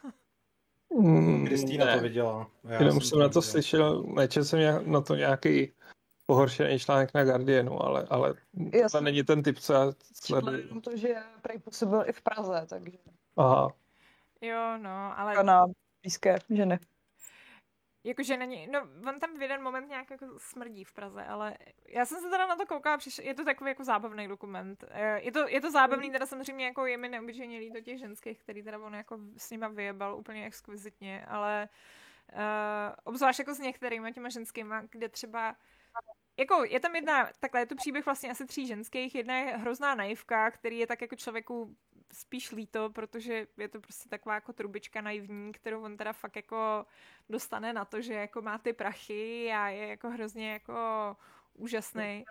mm, Kristýna to viděla. Já Jenom jsem na to slyšel, nečetl jsem na to nějaký pohoršený článek na Guardianu, ale, ale to není ten typ, co já sleduju. To, že prej působil i v Praze, takže... Aha. Jo, no, ale... Na blízké ženy. Jakože není, no on tam v jeden moment nějak jako smrdí v Praze, ale já jsem se teda na to koukala, přišel, je to takový jako zábavný dokument. Je to, je to zábavný, teda samozřejmě jako je mi neobyčejně líto těch ženských, který teda on jako s nima vyjebal úplně exkvizitně, ale uh, obzvlášť jako s některýma těma ženskýma, kde třeba jako je tam jedna, takhle je to příběh vlastně asi tří ženských, jedna je hrozná naivka, který je tak jako člověku spíš líto, protože je to prostě taková jako trubička naivní, kterou on teda fakt jako dostane na to, že jako má ty prachy a je jako hrozně jako úžasný.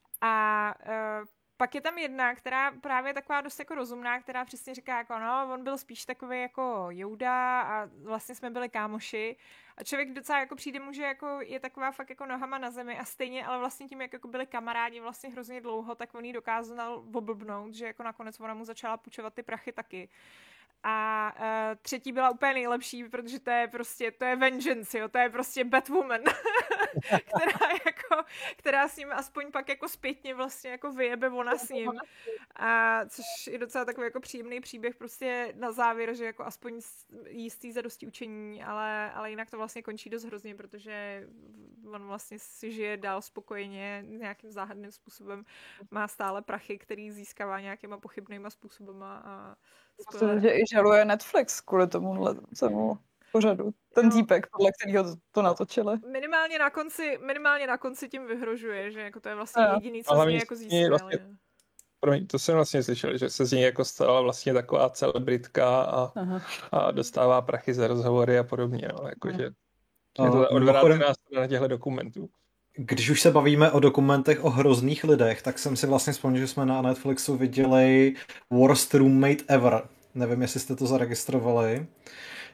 A uh, pak je tam jedna, která právě je taková dost jako rozumná, která přesně říká jako no, on byl spíš takový jako Jouda a vlastně jsme byli kámoši a člověk docela jako přijde mu, že jako je taková fakt jako nohama na zemi a stejně, ale vlastně tím, jak jako byli kamarádi vlastně hrozně dlouho, tak on jí dokázal oblbnout, že jako nakonec ona mu začala půjčovat ty prachy taky. A uh, třetí byla úplně nejlepší, protože to je prostě, to je vengeance, jo, to je prostě Batwoman, která jako, která s ním aspoň pak jako zpětně vlastně jako vyjebe ona s ním. A což je docela takový jako příjemný příběh prostě na závěr, že jako aspoň jistý zadosti učení, ale, ale jinak to vlastně končí dost hrozně, protože on vlastně si žije dál spokojeně nějakým záhadným způsobem, má stále prachy, který získává nějakýma pochybnýma způsobama a myslím, že i žaluje Netflix kvůli tomuhle celému pořadu. Ten týpek, podle kterého to, to natočili. Minimálně na konci, minimálně na konci tím vyhrožuje, že jako to je vlastně a jediný, co z něj jako získali. Vlastně, promiň, to jsem vlastně slyšel, že se z něj jako stala vlastně taková celebritka a, a dostává prachy za rozhovory a podobně. No, jakože je to odvrácená strana těchto dokumentů. Když už se bavíme o dokumentech o hrozných lidech, tak jsem si vlastně vzpomněl, že jsme na Netflixu viděli Worst Roommate Ever. Nevím, jestli jste to zaregistrovali.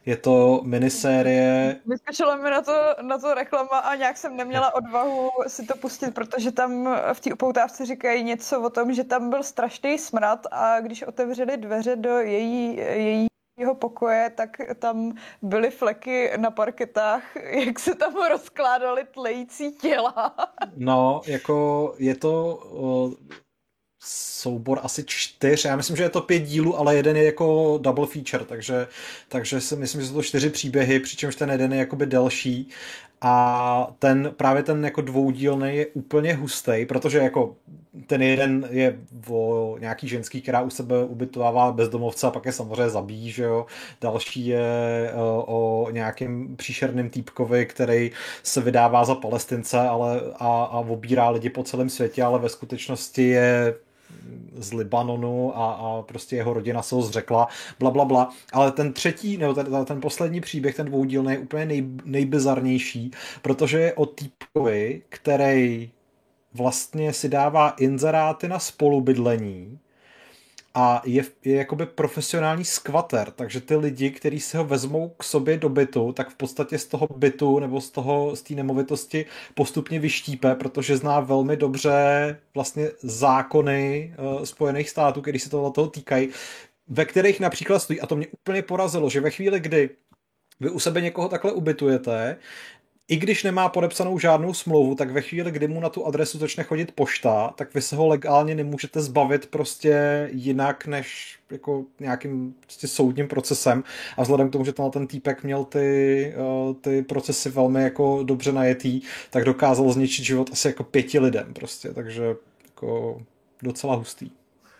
Je to minisérie... Vyskočila mi na to, na to reklama a nějak jsem neměla odvahu si to pustit, protože tam v té upoutávce říkají něco o tom, že tam byl strašný smrad a když otevřeli dveře do její, jejího pokoje, tak tam byly fleky na parketách, jak se tam rozkládaly tlející těla. No, jako je to... Uh... soubor asi čtyř, já myslím, že je to pět dílů, ale jeden je jako double feature, takže, takže si myslím, že jsou to čtyři příběhy, přičemž ten jeden je jakoby delší a ten, právě ten jako dvoudílný je úplně hustý, protože jako ten jeden je o nějaký ženský, která u sebe ubytovává bezdomovce a pak je samozřejmě zabíjí, že jo. Další je o, o nějakým příšerným týpkovi, který se vydává za Palestince ale, a, a obírá lidi po celém světě, ale ve skutečnosti je z Libanonu a, a prostě jeho rodina se ho zřekla, bla, bla, bla. Ale ten třetí, nebo ten, ten poslední příběh, ten dvoudílný, je úplně nej, nejbizarnější, protože je o týpkovi, který vlastně si dává inzeráty na spolubydlení a je, je jakoby profesionální skvater, takže ty lidi, kteří se ho vezmou k sobě do bytu, tak v podstatě z toho bytu nebo z toho, z té nemovitosti postupně vyštípe, protože zná velmi dobře vlastně zákony uh, Spojených států, který se tohle toho týkají, ve kterých například stojí, a to mě úplně porazilo, že ve chvíli, kdy vy u sebe někoho takhle ubytujete, i když nemá podepsanou žádnou smlouvu, tak ve chvíli, kdy mu na tu adresu začne chodit pošta, tak vy se ho legálně nemůžete zbavit prostě jinak než jako nějakým prostě soudním procesem. A vzhledem k tomu, že tenhle ten týpek měl ty, ty procesy velmi jako dobře najetý, tak dokázal zničit život asi jako pěti lidem prostě, takže jako docela hustý.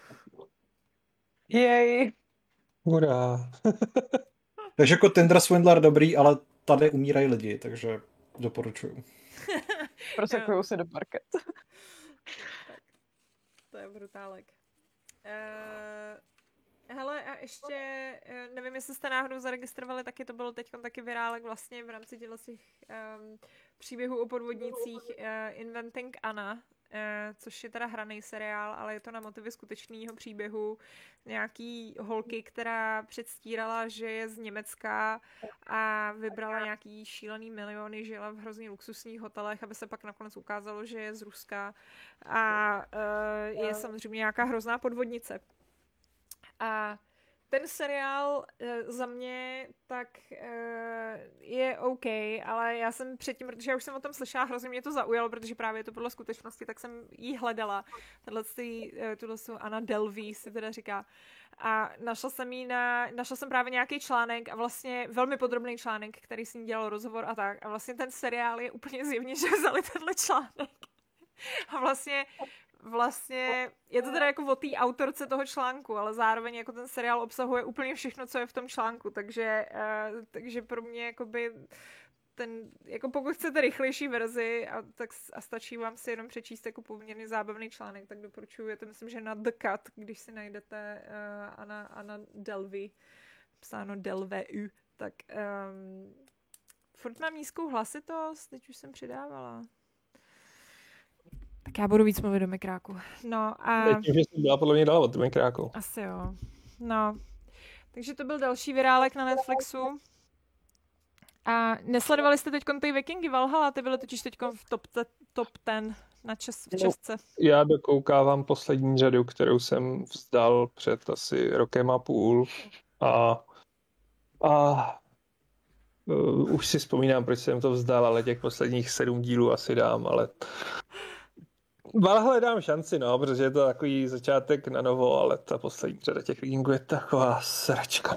Jej. Hurá. Takže jako Tinder Swindler dobrý, ale tady umírají lidi, takže doporučuju. Prosekuju se do parket. To je brutálek. Uh, hele, a ještě, uh, nevím, jestli jste náhodou zaregistrovali, taky to bylo teď taky virálek vlastně v rámci těch um, příběhů o podvodnicích uh, Inventing Anna, Uh, což je teda hraný seriál, ale je to na motivy skutečného příběhu nějaký holky, která předstírala, že je z Německa a vybrala nějaký šílený miliony, žila v hrozně luxusních hotelech, aby se pak nakonec ukázalo, že je z Ruska a uh, je samozřejmě nějaká hrozná podvodnice. A ten seriál e, za mě tak e, je OK, ale já jsem předtím, protože já už jsem o tom slyšela, hrozně mě to zaujalo, protože právě to bylo skutečnosti, tak jsem jí hledala. Tuhle jsou Anna Delvey si teda říká. A našla jsem jí na, našla jsem právě nějaký článek a vlastně velmi podrobný článek, který s ní dělal rozhovor a tak. A vlastně ten seriál je úplně zjevně, že vzali tenhle článek. A vlastně Vlastně je to teda jako o té autorce toho článku, ale zároveň jako ten seriál obsahuje úplně všechno, co je v tom článku, takže, uh, takže pro mě jakoby ten, jako pokud chcete rychlejší verzi a, tak, a stačí vám si jenom přečíst jako poměrně zábavný článek, tak doporučuji, je to myslím, že na The Cut, když si najdete uh, Anna, Anna Delvey, psáno Delvey, tak um, furt mám nízkou hlasitost, teď už jsem přidávala. Tak já budu víc mluvit do mikráku. No a... Tím, že jsem byla podle mě dala od mikráku. Asi jo. No. Takže to byl další virálek na Netflixu. A nesledovali jste teď ty Vikingy Valhalla? Ty byly totiž teď v top, te, top ten na čes, v České. No, já dokoukávám poslední řadu, kterou jsem vzdal před asi rokem a půl. A... a uh, už si vzpomínám, proč jsem to vzdal, ale těch posledních sedm dílů asi dám, ale... Valhalla dám šanci, no, protože je to takový začátek na novo, ale ta poslední řada těch Vikingů je taková sračka.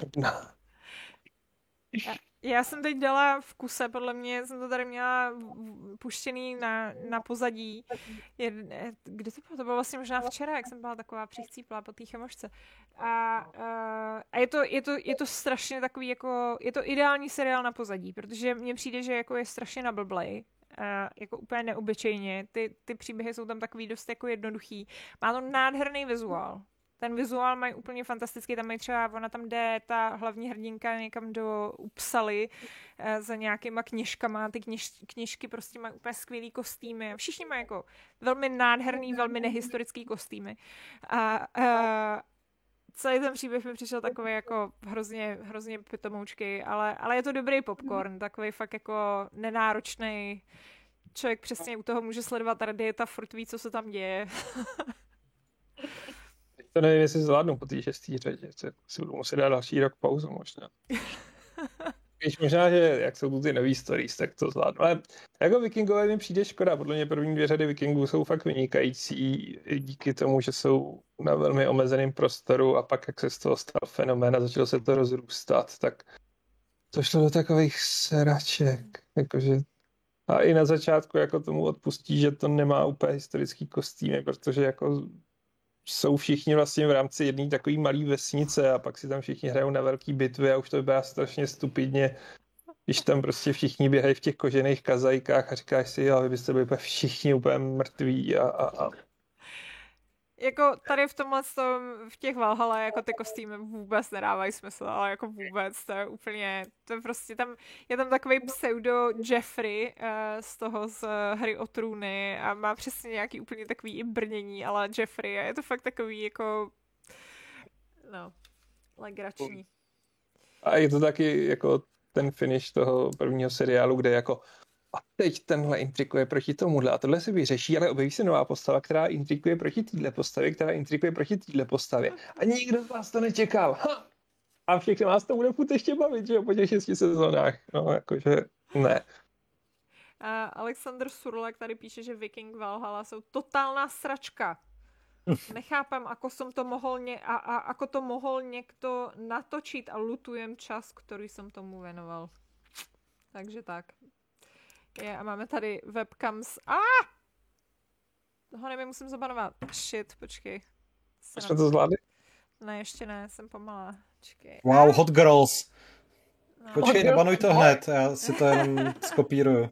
Já, já jsem teď dala v kuse, podle mě jsem to tady měla puštěný na, na pozadí. Je, kde to bylo? To bylo vlastně možná včera, jak jsem byla taková přichcíplá po té chemošce. A, uh, a je, to, je, to, je to strašně takový, jako, je to ideální seriál na pozadí, protože mně přijde, že jako je strašně nablblej. Uh, jako úplně neobyčejně. Ty, ty příběhy jsou tam takový dost jako jednoduchý. Má to nádherný vizuál. Ten vizuál mají úplně fantastický. Tam mají třeba, ona tam jde, ta hlavní hrdinka někam do Uppsaly uh, za nějakýma kněžkama. Ty kněž, kněžky prostě mají úplně skvělý kostýmy. Všichni mají jako velmi nádherný, velmi nehistorický kostýmy. A uh, celý ten příběh mi přišel takový jako hrozně, hrozně pitomoučký, ale, ale je to dobrý popcorn, takový fakt jako nenáročný. Člověk přesně u toho může sledovat Reddit a furt ví, co se tam děje. To nevím, jestli zvládnu po té šestý řadě. Si budu muset dát další rok pauzu možná. Víš, možná, že jak jsou tu ty nový stories, tak to zvládnu. Ale jako Vikingové mi přijde škoda. Podle mě první dvě řady Vikingů jsou fakt vynikající díky tomu, že jsou na velmi omezeném prostoru a pak, jak se z toho stal fenomén a začalo se to rozrůstat, tak to šlo do takových sraček. Jakože a i na začátku jako tomu odpustí, že to nemá úplně historický kostýmy, protože jako jsou všichni vlastně v rámci jedné takové malé vesnice a pak si tam všichni hrajou na velký bitvy a už to vypadá strašně stupidně, když tam prostě všichni běhají v těch kožených kazajkách a říkáš si, jo, vy byste byli všichni úplně mrtví a, a, a. Jako tady v tomhle tom, v těch Valhalla, jako ty kostýmy vůbec nedávají smysl, ale jako vůbec, to je úplně, to je prostě tam, je tam takový pseudo Jeffrey uh, z toho z uh, hry o trůny a má přesně nějaký úplně takový i brnění, ale Jeffrey a je to fakt takový jako, no, legrační. A je to taky jako ten finish toho prvního seriálu, kde jako a teď tenhle intrikuje proti tomuhle a tohle se vyřeší, ale objeví se nová postava, která intrikuje proti téhle postavě, která intrikuje proti téhle postavě. A nikdo z vás to nečekal. Ha! A všechno vás to bude furt ještě bavit, že jo, po těch šesti sezónách. No, jakože ne. A Alexander Surlak tady píše, že Viking Valhalla jsou totálna sračka. Nechápem, ako som to mohol ne- a, a ako to mohol niekto natočiť a lutujem čas, ktorý som tomu venoval. Takže tak. Je, a máme tady webcams. A! Ah! Ho nevím, musím zabanovat. Shit, počkej. Jsme to zvládli? Ne, ještě ne, jsem pomalá. Čekej. Wow, Hot Girls. No. Počkej, nebanuj to hned, já si to jenom skopíruju.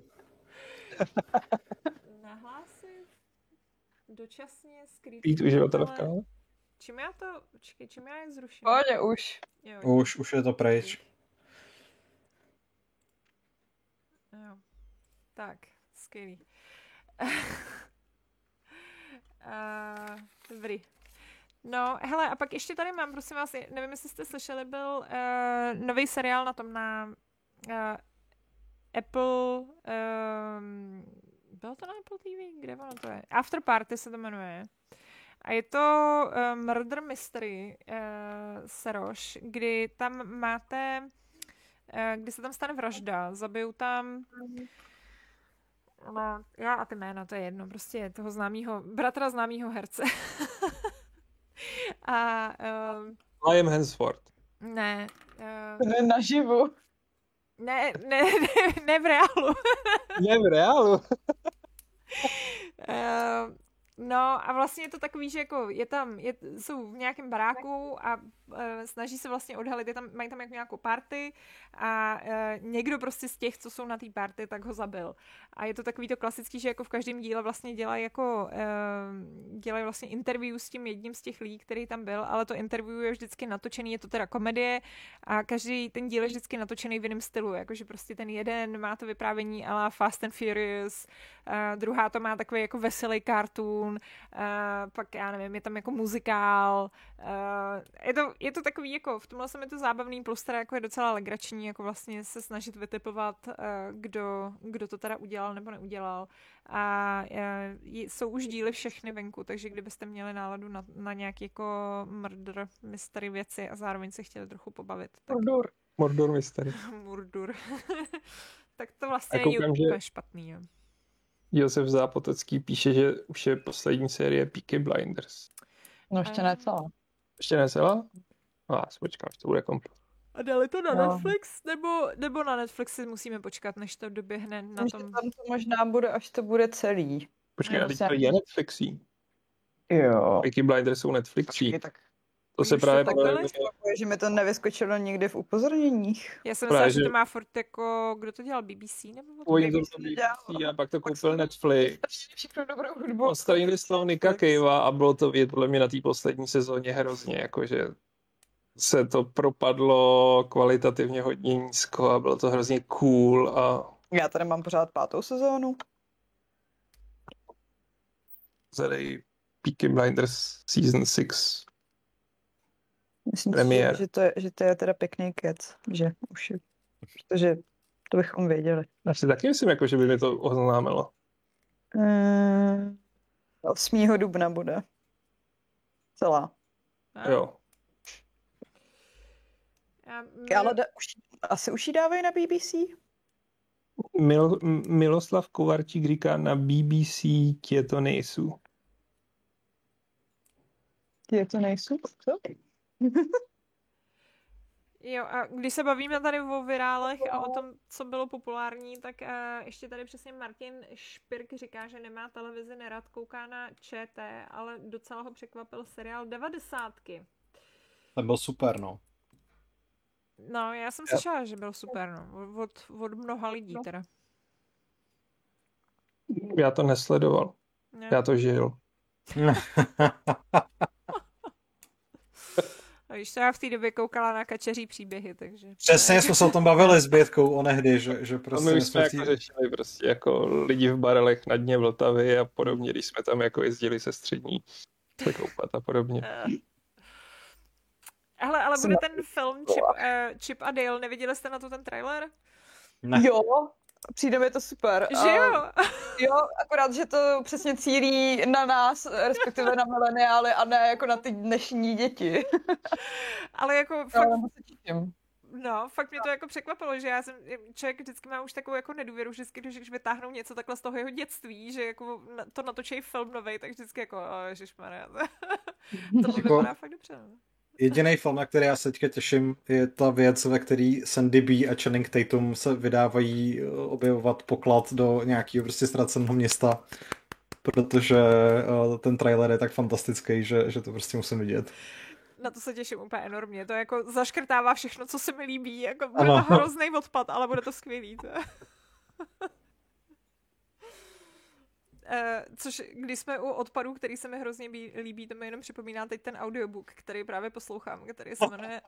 Nahlásit dočasně skrýt. Pít uživatele v kanále? Čím já to, počkej, čím já je zruším? Pohodě, už. Jo, Už, už je to pryč. Jo. Tak, skvělý. uh, dobrý. No, hele, a pak ještě tady mám, prosím vás, nevím, jestli jste slyšeli, byl uh, nový seriál na tom na uh, Apple, um, bylo to na Apple T V? Kde ono to je? After Party se to jmenuje. A je to uh, Murder Mystery uh, Seroš, kdy tam máte, uh, kdy se tam stane vražda, zabijou tam no, já a ty jména, to je jedno, prostě toho známýho, bratra známýho herce. A um, Liam Hemsworth. ne. Uh, Naživu. ne, ne, ne, ne v reálu. Ne v reálu. uh, no a vlastně je to takový, že jako je tam, je, jsou v nějakém baráku a uh, snaží se vlastně odhalit, je tam, mají tam jako nějakou party a uh, někdo prostě z těch, co jsou na té party, tak ho zabil. A je to takový to klasický, že jako v každém díle vlastně dělají jako uh, dělají vlastně interview s tím jedním z těch lidí, který tam byl, ale to interview je vždycky natočený, je to teda komedie a každý ten díl je vždycky natočený v jiném stylu, jakože prostě ten jeden má to vyprávění a la Fast and Furious, uh, druhá to má takový jako veselý cartoon, uh, pak já nevím, je tam jako muzikál, uh, je to, je to takový jako, v tomhle jsem je to zábavný, plus teda jako je docela legrační, jako vlastně se snažit vytipovat, uh, kdo, kdo to teda udělal nebo neudělal. A uh, jsou už díly všechny venku, takže kdybyste měli náladu na, na nějaký jako murder mystery věci a zároveň se chtěli trochu pobavit. Tak... Mordor. Mordor mystery. Mordor. Tak to vlastně koukám, je úplně že... špatný. Jo. Josef Zápotecký píše, že už je poslední série Peaky Blinders. No ještě ne celá. Ještě ne celá? No, já si počkám, až to bude komplet. A dali to na no. Netflix? Nebo, nebo na Netflix si musíme počkat, než to doběhne na Myslím, tom? tam to možná bude, až to bude celý. Počkej, No, a teď to je Netflixí. Jo. Peaky Blinders jsou Netflixí. Počkej, tak To se Už právě... to tak právě byly? že mi to nevyskočilo nikdy v upozorněních. Já jsem Právě, myslela, že že- to má furt jako, kdo to dělal, B B C? Nebo Původně to B B C bylo dělalo. B B C a pak to koupil Netflix. Všechno dobrou hudbu. Odstranili z toho Nicka Cavea a bylo to vidět podle mě na té poslední sezóně hrozně, jakože se to propadlo kvalitativně hodně nízko a bylo to hrozně cool a Já tady mám pořád pátou sezónu. zadej Peaky Blinders Season šest. Myslím Premiér. si, že to, je, že to je teda pěkný kec, že už je, protože to bychom věděli. Já si taky myslím, jako, že by mi to oznámilo. Mm, osmého dubna bude. Celá. A? Jo. Já, Ale da, už, asi už ji dávají na B B C? Mil, Miloslav Kovarčík říká na B B C tě to nejsou. Je to nejsou? Co? Jo, a když se bavíme tady o virálech a o tom, co bylo populární, tak uh, ještě tady přesně Martin Špirk říká, že nemá televizi, nerad kouká na ČT, ale docela ho překvapil seriál devadesátky. Ten byl super, no. No, já jsem slyšela, že byl super, no. Od, od mnoha lidí teda. Já to nesledoval. Ne? Já to žil. A víš, to já v té době koukala na kačeří příběhy, takže... Přesně jsme se o tom bavili s Bětkou onehdy, že, že A prostě... my už jsme tý... jako řešili prostě jako lidi v barelech na dně Vltavy a podobně, když jsme tam jako jezdili se střední se koupat a podobně. Hele, ale bude ten film Chip, uh, Chip a Dale, neviděli jste na to ten trailer? Ne. Jo, přijde mi to super. Že jo? Uh, jo, akorát, že to přesně cílí na nás, respektive na mileniály a ne jako na ty dnešní děti. Ale jako fakt... Já No, fakt mě to jako překvapilo, že já jsem, člověk vždycky má už takovou jako nedůvěru, vždycky, když vytáhnou něco takhle z toho jeho dětství, že jako to natočí film novej, tak vždycky jako, oh, ježišmarja, to vypadá fakt dobře. No. Jediný film, na který já se teďka těším, je ta věc, ve který Sandy B a Channing Tatum se vydávají objevovat poklad do nějakého prostě ztraceného města, protože ten trailer je tak fantastický, že, že to prostě musím vidět. Na to se těším úplně enormně. To jako zaškrtává všechno, co se mi líbí. Jako bude to hrozný odpad, ale bude to skvělý. To. Uh, což, když jsme u odpadů, který se mi hrozně bí, líbí, to mi jenom připomíná teď ten audiobook, který právě poslouchám, který se jmenuje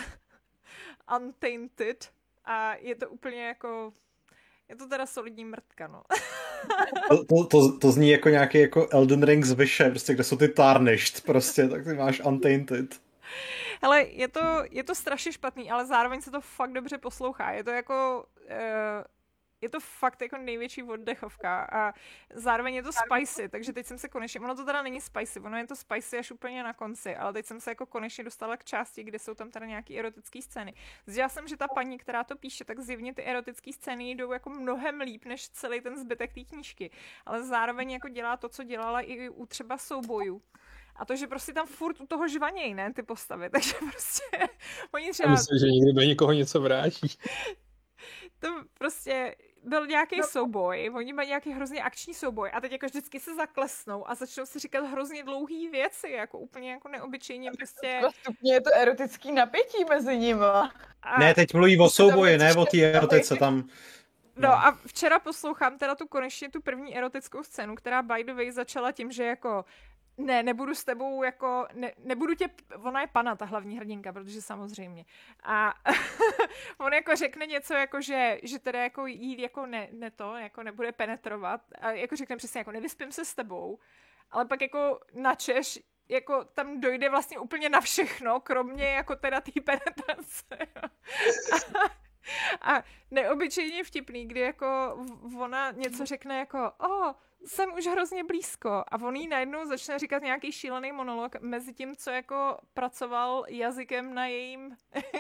Untainted a je to úplně jako... Je to teda solidní mrtka, no. to, to, to, to zní jako nějaký jako Elden Ring z Vyše, prostě, kde jsou ty tarnished, prostě, tak ty máš Untainted. Hele, je to, je to strašně špatný, ale zároveň se to fakt dobře poslouchá. Je to jako... Uh, je to fakt jako největší oddechovka a zároveň je to spicy, takže teď jsem se konečně, ono to teda není spicy, ono je to spicy až úplně na konci, ale teď jsem se jako konečně dostala k části, kde jsou tam teda nějaký erotické scény. Zjistila jsem, že ta paní, která to píše, tak zjevně ty erotické scény jdou jako mnohem líp než celý ten zbytek té knížky, ale zároveň jako dělá to, co dělala i u třeba soubojů. A to, že prostě tam furt u toho žvaněj, ne, ty postavy, takže prostě oni třeba... Já myslím, že někdy do někoho něco vrátí. To prostě byl nějaký no. souboj, oni mají nějaký hrozně akční souboj a teď jako vždycky se zaklesnou a začnou si říkat hrozně dlouhý věci, jako úplně jako neobyčejně prostě... Postupně je to erotický napětí mezi nimi. A... Ne, teď mluví o souboji, ne o té erotice tam... No. no a včera poslouchám teda tu konečně tu první erotickou scénu, která by the way začala tím, že jako ne, nebudu s tebou jako, ne, nebudu tě, ona je pana, ta hlavní hrdinka, protože samozřejmě. A on jako řekne něco jako, že, že teda jako jí jako ne, ne to, jako nebude penetrovat a jako řekne přesně jako nevyspím se s tebou, ale pak jako načeš, jako tam dojde vlastně úplně na všechno, kromě jako teda té penetrace. a, a neobyčejně vtipný, kdy jako ona něco řekne jako, oh, jsem už hrozně blízko a on jí najednou začne říkat nějaký šílený monolog mezi tím, co jako pracoval jazykem na jejím...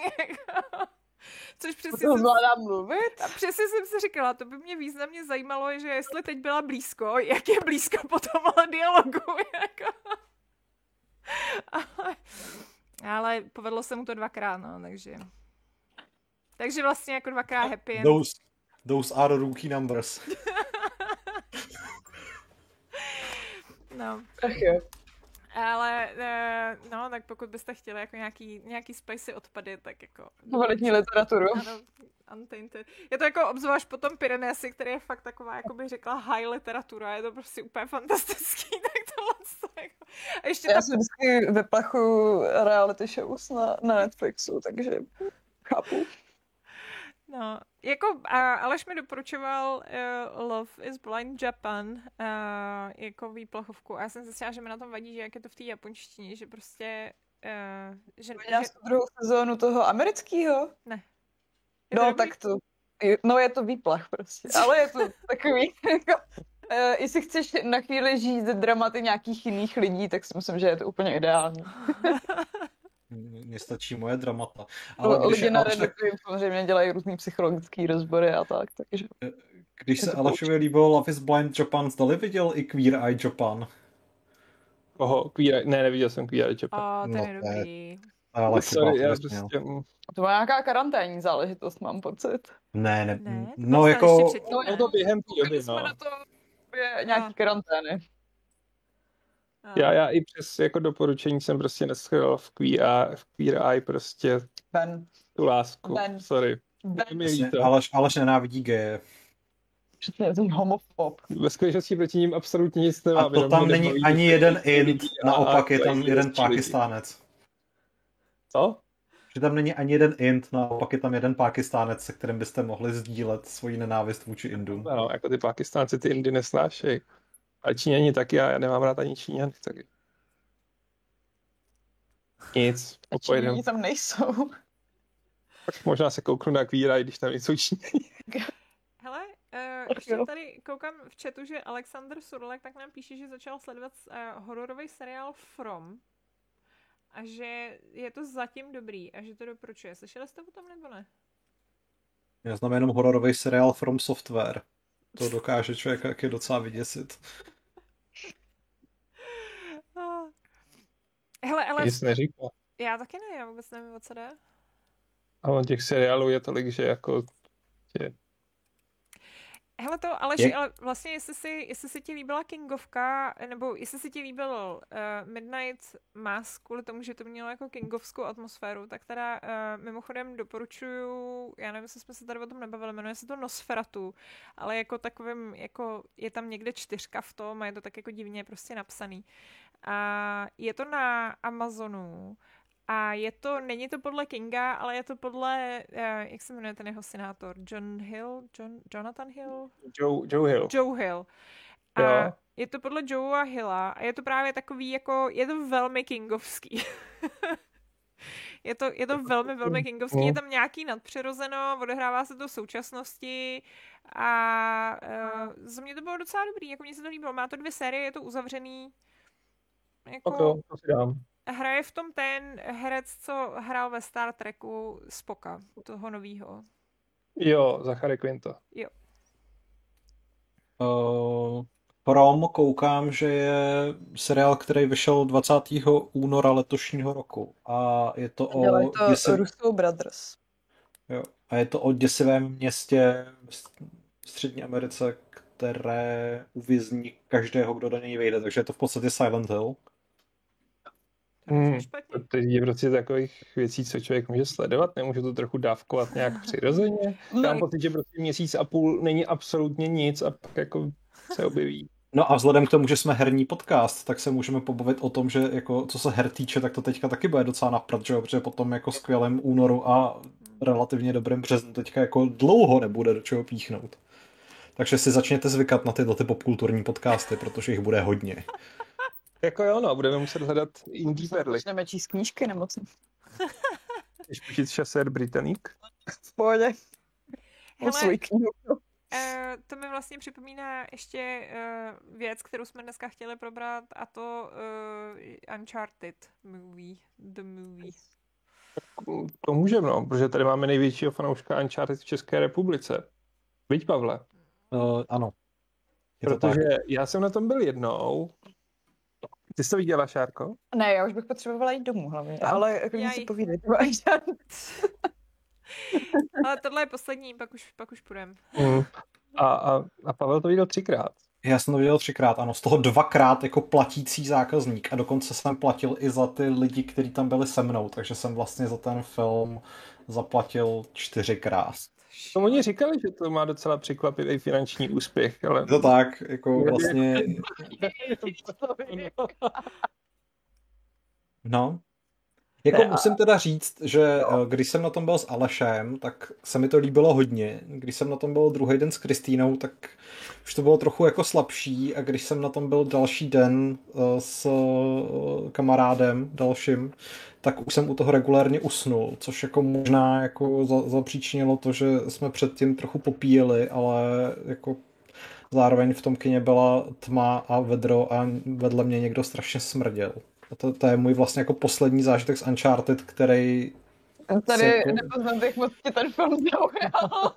Což přesně to jsem... zvládá mluvit? A přesně jsem si říkala, to by mě významně zajímalo, že jestli teď byla blízko, jak je blízko po tomhle dialogu. Jako... ale... ale povedlo se mu to dvakrát, no, takže... Takže vlastně jako dvakrát happy end. Those, those are rookie numbers. No. Ach jo. Ale, no, tak pokud byste chtěli jako nějaký, nějaký spicy odpady, tak jako... Kvalitní literaturu. Ano, Untainted. Je to jako obzvlášť potom Pyreneesy, který je fakt taková, jako bych řekla, high literatura. Je to prostě úplně fantastický, tak tohle jako... A ještě Já ta... si vždycky vyplachuju reality shows na, na Netflixu, takže chápu. No, jako uh, Aleš mi doporučoval uh, Love is Blind Japan uh, jako výplechovku a já jsem zjistila, že mi na tom vadí, že jak je to v té japonštině, že prostě Uh, že, Viděla že... jsi druhou sezónu toho amerického? Ne. Je No, to tak to... No, je to výplach prostě, ale je to takový... Jako, uh, jestli chceš na chvíli žít dramaty nějakých jiných lidí, tak si myslím, že je to úplně ideální. Mně stačí moje dramata. Ale Ale když lidi na Aleš, Redditu samozřejmě dělají různý psychologické rozbory a tak, takže... když se Alešovi líbilo Love is Blind Japan, zdali viděl i Queer Eye Japan? Oho, Queer Eye, ne, neviděl jsem Queer Eye Japan. O, ten No, je dobrý. Ale Sorry, já prostě... To má nějaká karanténní záležitost, mám pocit. Ne, ne, Ne, to no bylo jako... ještě předtím, No, ne? No to během té doby, Jsme no. na to je nějaký A. karantény. A. Já, já i přes jako doporučení jsem prostě neschvěl v Queer Eye, v Queer Eye prostě Ben. tu lásku. Ben. Sorry. Ben. Je mi líto. Aleš, Aleš nenávidí geje. Přesně, je to homofob. Ve skutečnosti proti ním absolutně nic A nemám. to jenom tam mě není nebaví, ani že jeden jsou lidi int, a- naopak a je tam crazy jeden hezčí lidi. Pákistánec. Co? Že tam není ani jeden int, naopak je tam jeden Pákistánec, se kterým byste mohli sdílet svoji nenávist vůči Indům. No, jako ty Pákistánci ty Indy nesnášejí. A Číňani taky, já, já nemám rád ani Číňany taky. Nic, A pojedem. Číňani tam nejsou. Tak možná se kouknu na Queer Eye, když tam jsou Číňani. Hele, uh, ještě tady koukám v chatu, že Alexander Surlek tak nám píše, že začal sledovat uh, hororový seriál From a že je to zatím dobrý a že to doporučuje. Slyšeli jste o tom nebo ne? Já znám jenom hororový seriál From Software. To dokáže člověka jak je docela vyděsit. Ah. Hele, ale Nic neříká. já taky ne, já vůbec nevím, o co jde. Ale těch seriálů je tolik, že jako... Tě... Hele to, Aleši, Je- ale vlastně jestli si, jestli si ti líbila Kingovka, nebo jestli si ti líbil uh, Midnight Mass kvůli tomu, že to mělo jako kingovskou atmosféru, tak teda uh, mimochodem doporučuju, já nevím, jestli jsme se tady o tom nebavili, jmenuje se to Nosferatu, ale jako takovým, jako je tam někde čtyřka v tom a je to tak jako divně prostě napsaný. A je to na Amazonu. A je to, není to podle Kinga, ale je to podle, uh, jak se jmenuje ten jeho senátor? John Hill? John, Jonathan Hill? Joe, Joe Hill. Joe Hill. A Jo. je to podle Joea Hilla a je to právě takový jako, je to velmi kingovský. je, to, je to velmi, velmi kingovský. Je tam nějaký nadpřirozeno, odehrává se to v současnosti a uh, za mě to bylo docela dobrý, jako mně se to líbilo. Má to dvě série, je to uzavřený. Jako... Ok, to si dám. Hraje v tom ten herec, co hrál ve Star Treku Spocka, toho novýho. Jo, Zachary Quinto. Jo. Uh, From koukám, že je seriál, který vyšel dvacátého února letošního roku. A je to o... Dělají to děsiv... Russo Brothers. jo. A je to o děsivém městě v Střední Americe, které uvězní každého, kdo do něj vejde. Takže je to v podstatě Silent Hill. Hmm. Špatně. To je prostě takových věcí, co člověk může sledovat, nemůže to trochu dávkovat nějak přirozeně. Já mám pocit, že prostě měsíc a půl není absolutně nic a pak jako se objeví. No a vzhledem k tomu, že jsme herní podcast, tak se můžeme pobavit o tom, že jako co se her týče, tak to teďka taky bude docela napřed, že jo? Protože po tom jako skvělém únoru a relativně dobrém březnu teďka jako dlouho nebude do čeho píchnout. Takže si začněte zvykat na tyhle ty popkulturní podcasty, protože jich bude hodně. Jako jo, no, budeme muset hledat indie perly. Začneme číst knížky nebo co? Když počít Chasseur Britannique. V pohodě. Hele, Svoji knihu. uh, to mi vlastně připomíná ještě uh, věc, kterou jsme dneska chtěli probrat, a to uh, Uncharted movie, the movie. To můžeme, no, protože tady máme největšího fanouška Uncharted v České republice. Viď, Pavle? Uh, ano. Je to Protože tak. já jsem na tom byl jednou. Ty jsi to viděla, Šárko? Ne, já už bych potřebovala jít domů hlavně, ale klidně si Jaj. povídej. Ale tohle je poslední, pak už, pak už půjdem. Mm. A, a, a Pavel to viděl třikrát. Já jsem to viděl třikrát, ano. Z toho dvakrát jako platící zákazník a dokonce jsem platil i za ty lidi, kteří tam byli se mnou, takže jsem vlastně za ten film zaplatil čtyřikrát. To oni říkali, že to má docela překvapivý finanční úspěch, ale... Je to tak, jako vlastně... No. Jako musím teda říct, že když jsem na tom byl s Alešem, tak se mi to líbilo hodně. Když jsem na tom byl druhý den s Kristýnou, tak už to bylo trochu jako slabší, a když jsem na tom byl další den s kamarádem dalším, tak už jsem u toho regulérně usnul, což jako možná jako zapříčinilo to, že jsme předtím trochu popíjeli, ale jako zároveň v tom kině byla tma a vedro a vedle mě někdo strašně smrděl. A to, to je můj vlastně jako poslední zážitek z Uncharted, který... Tady jako... nepoznám, jak moc tě ten film zaujal.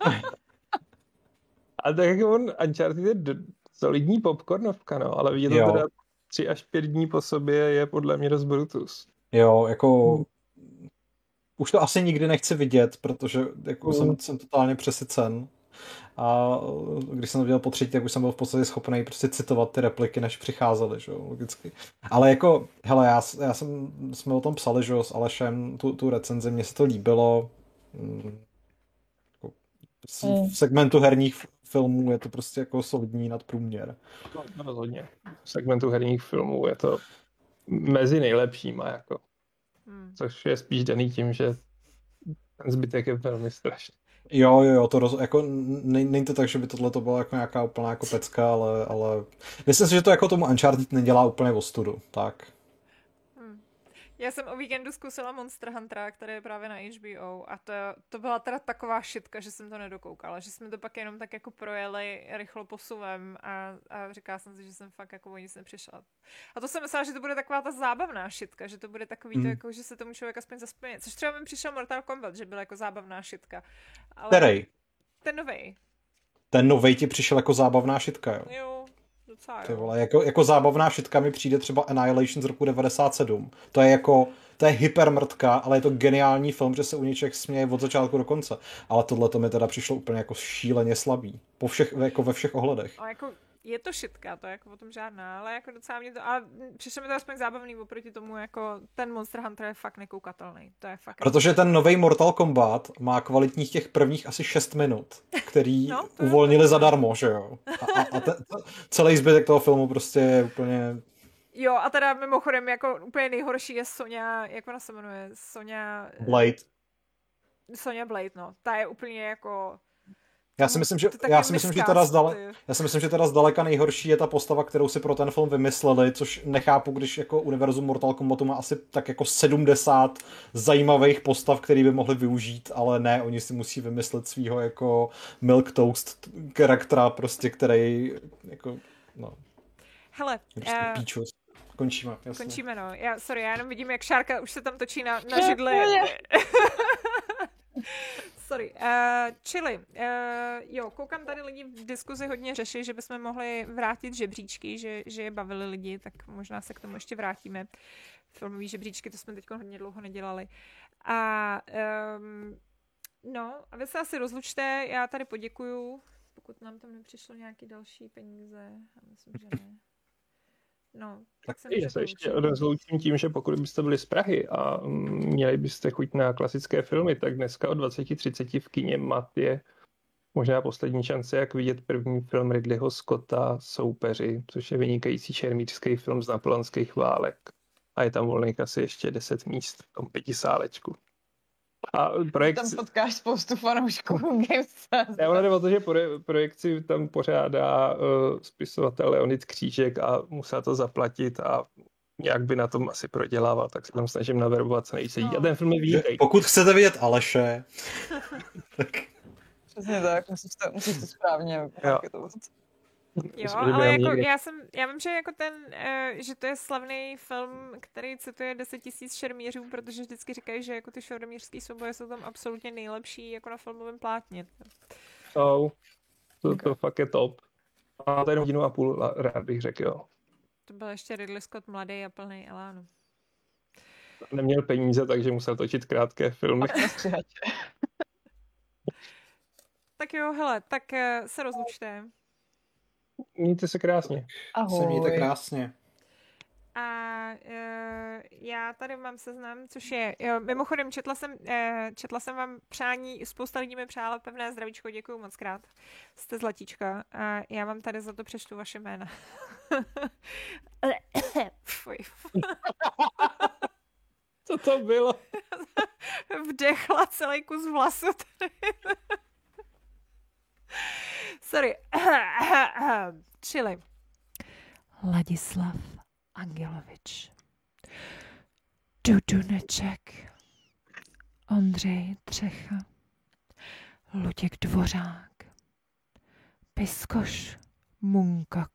A tak jako on, Uncharted je d- solidní popcornovka, no, ale vidět to teda tři až pět dní po sobě je podle mě dost Brutus. Jo, jako... Hmm. Už to asi nikdy nechci vidět, protože jako hmm. jsem, jsem totálně přesycen. A když jsem to viděl po třetí, tak už jsem byl v podstatě schopný prostě citovat ty repliky, než přicházely, že jo, logicky. Ale jako, hele, já, já jsem, jsme o tom psali, že jo, s Alešem, tu, tu recenzi, mně se to líbilo. V segmentu herních filmů je to prostě jako solidní nadprůměr. No, rozhodně. V segmentu herních filmů je to mezi nejlepšíma, jako. Hmm. Což je spíš daný tím, že ten zbytek je velmi strašný. Jo, jo, jo, to roz... jako, není to tak, že by tohle to byla jako nějaká úplná jako pecka, ale, ale myslím si, že to jako tomu Uncharted nedělá úplně ostudu, tak. Hmm. Já jsem o víkendu zkusila Monster Huntera, který je právě na H B O, a to, to byla teda taková šitka, že jsem to nedokoukala, že jsme to pak jenom tak jako projeli rychlo posuvem a, a říkala jsem si, že jsem fakt jako o nic nepřišla. A to jsem myslela, že to bude taková ta zábavná šitka, že to bude takový hmm. to, jako, že se tomu člověk aspoň zaspomíne. Což třeba mi přišel Mortal Kombat, že byla jako zábavná šitka. Ale Který? Ten novej. Ten novej ti přišel jako zábavná šitka, jo? Jo. Docela, Ty vole, jako, jako zábavná šitka mi přijde třeba Annihilation z roku devadesát sedm. To je jako, to je hypermrtka, ale je to geniální film, že se u něček směje od začátku do konce. Ale tohle to mi teda přišlo úplně jako šíleně slabý. Po všech, jako ve všech ohledech. A jako je to šitka, to je jako o tom žádná, ale jako docela mě to, ale přišlo mi to aspoň zábavný oproti tomu, jako ten Monster Hunter je fakt nekoukatelný. To je fakt. Protože ten nový Mortal Kombat má kvalitních těch prvních asi šest minut, který no, uvolnili to... zadarmo, že jo. A, a, a te, celý zbytek toho filmu prostě je úplně... Jo, a teda mimochodem jako úplně nejhorší je Sonya, jak ona se jmenuje? Sonya... Blade. Sonya Blade, no. Ta je úplně jako... Já si myslím, že, já si myslím, že teda zdale, já si myslím, že teda zdaleka nejhorší je ta postava, kterou si pro ten film vymysleli, což nechápu, když jako univerzum Mortal Kombatu má asi tak jako sedmdesát zajímavých postav, který by mohli využít, ale ne, oni si musí vymyslet svýho jako milquetoast charaktera, prostě, který jako, no. Hele, prostě uh... píčus. Končíme, jasně. Končíme, no. Já, sorry, já jenom vidím, jak Šárka už se tam točí na, na židli. Sorry. Uh, čili, uh, jo, koukám tady lidi v diskuzi hodně řeší, že bychom mohli vrátit žebříčky, že, že je bavili lidi, tak možná se k tomu ještě vrátíme. Filmový žebříčky, to jsme teď hodně dlouho nedělali. A um, no, a vy se asi rozlučte, já tady poděkuju, pokud nám tam nepřišlo nějaký další peníze. Já myslím, že ne. No, tak, tak já se ještě rozloučím tím, že pokud byste byli z Prahy a měli byste chuť na klasické filmy, tak dneska o dvacet třicet v kině Mat je možná poslední šance, jak vidět první film Ridleyho Scotta Soupeři, což je vynikající šermířský film z napoleonských válek. A je tam volných asi ještě deset míst v tom pětisálečku. A projekt... Tam potkáš spoustu fanoušků Games. Já ono jde o to, že projekci tam pořádá uh, spisovatel Leonid Křížek a musel to zaplatit a nějak by na tom asi prodělával, tak se tam snažím naverbovat co nejvíce. No. A ten film je vynikající. Pokud chcete vidět Aleše, tak... Přesně tak, musíš to, musíš to správně marketovat. Jo, ale jako já jsem, já vím, že jako ten, uh, že to je slavný film, který cituje deset tisíc šermířů, protože vždycky říkají, že jako ty šermířský souboje jsou tam absolutně nejlepší jako na filmovém plátně. So, to, to fakt je top. A to je hodinu a půl, rád bych řekl, jo. To byl ještě Ridley Scott mladý a plný elánu. Neměl peníze, takže musel točit krátké filmy. Tak jo, hele, tak uh, se rozlučte. Mějte se krásně. Ahoj. Se mějte krásně. A uh, já tady mám seznam, což je, jo, mimochodem četla jsem, uh, četla jsem vám přání, spousta lidí mi přála pevné zdravíčko, děkuju moc krát. Jste zlatíčka a já vám tady za to přečtu vaše jména. Co to to bylo? Vdechla celý kus vlasu. Sorry. Čili Ladislav Angelovič, Duduneček, Ondřej Třecha, Luděk Dvořák, Piskoš Munkak.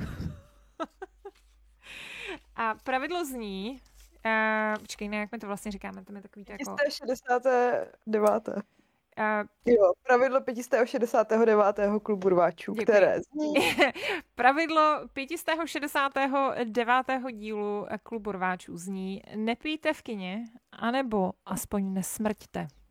A pravidlo zní, uh, počkej, ne, jak my to vlastně říkáme, to je takový to jako... pět set šedesát devět. Uh, jo, pravidlo pět set šedesát devět. klubu rváčů, děkuji. které zní... Pravidlo pět set šedesát devět. dílu klubu rváčů zní: nepijte v kině, anebo aspoň nesmrťte.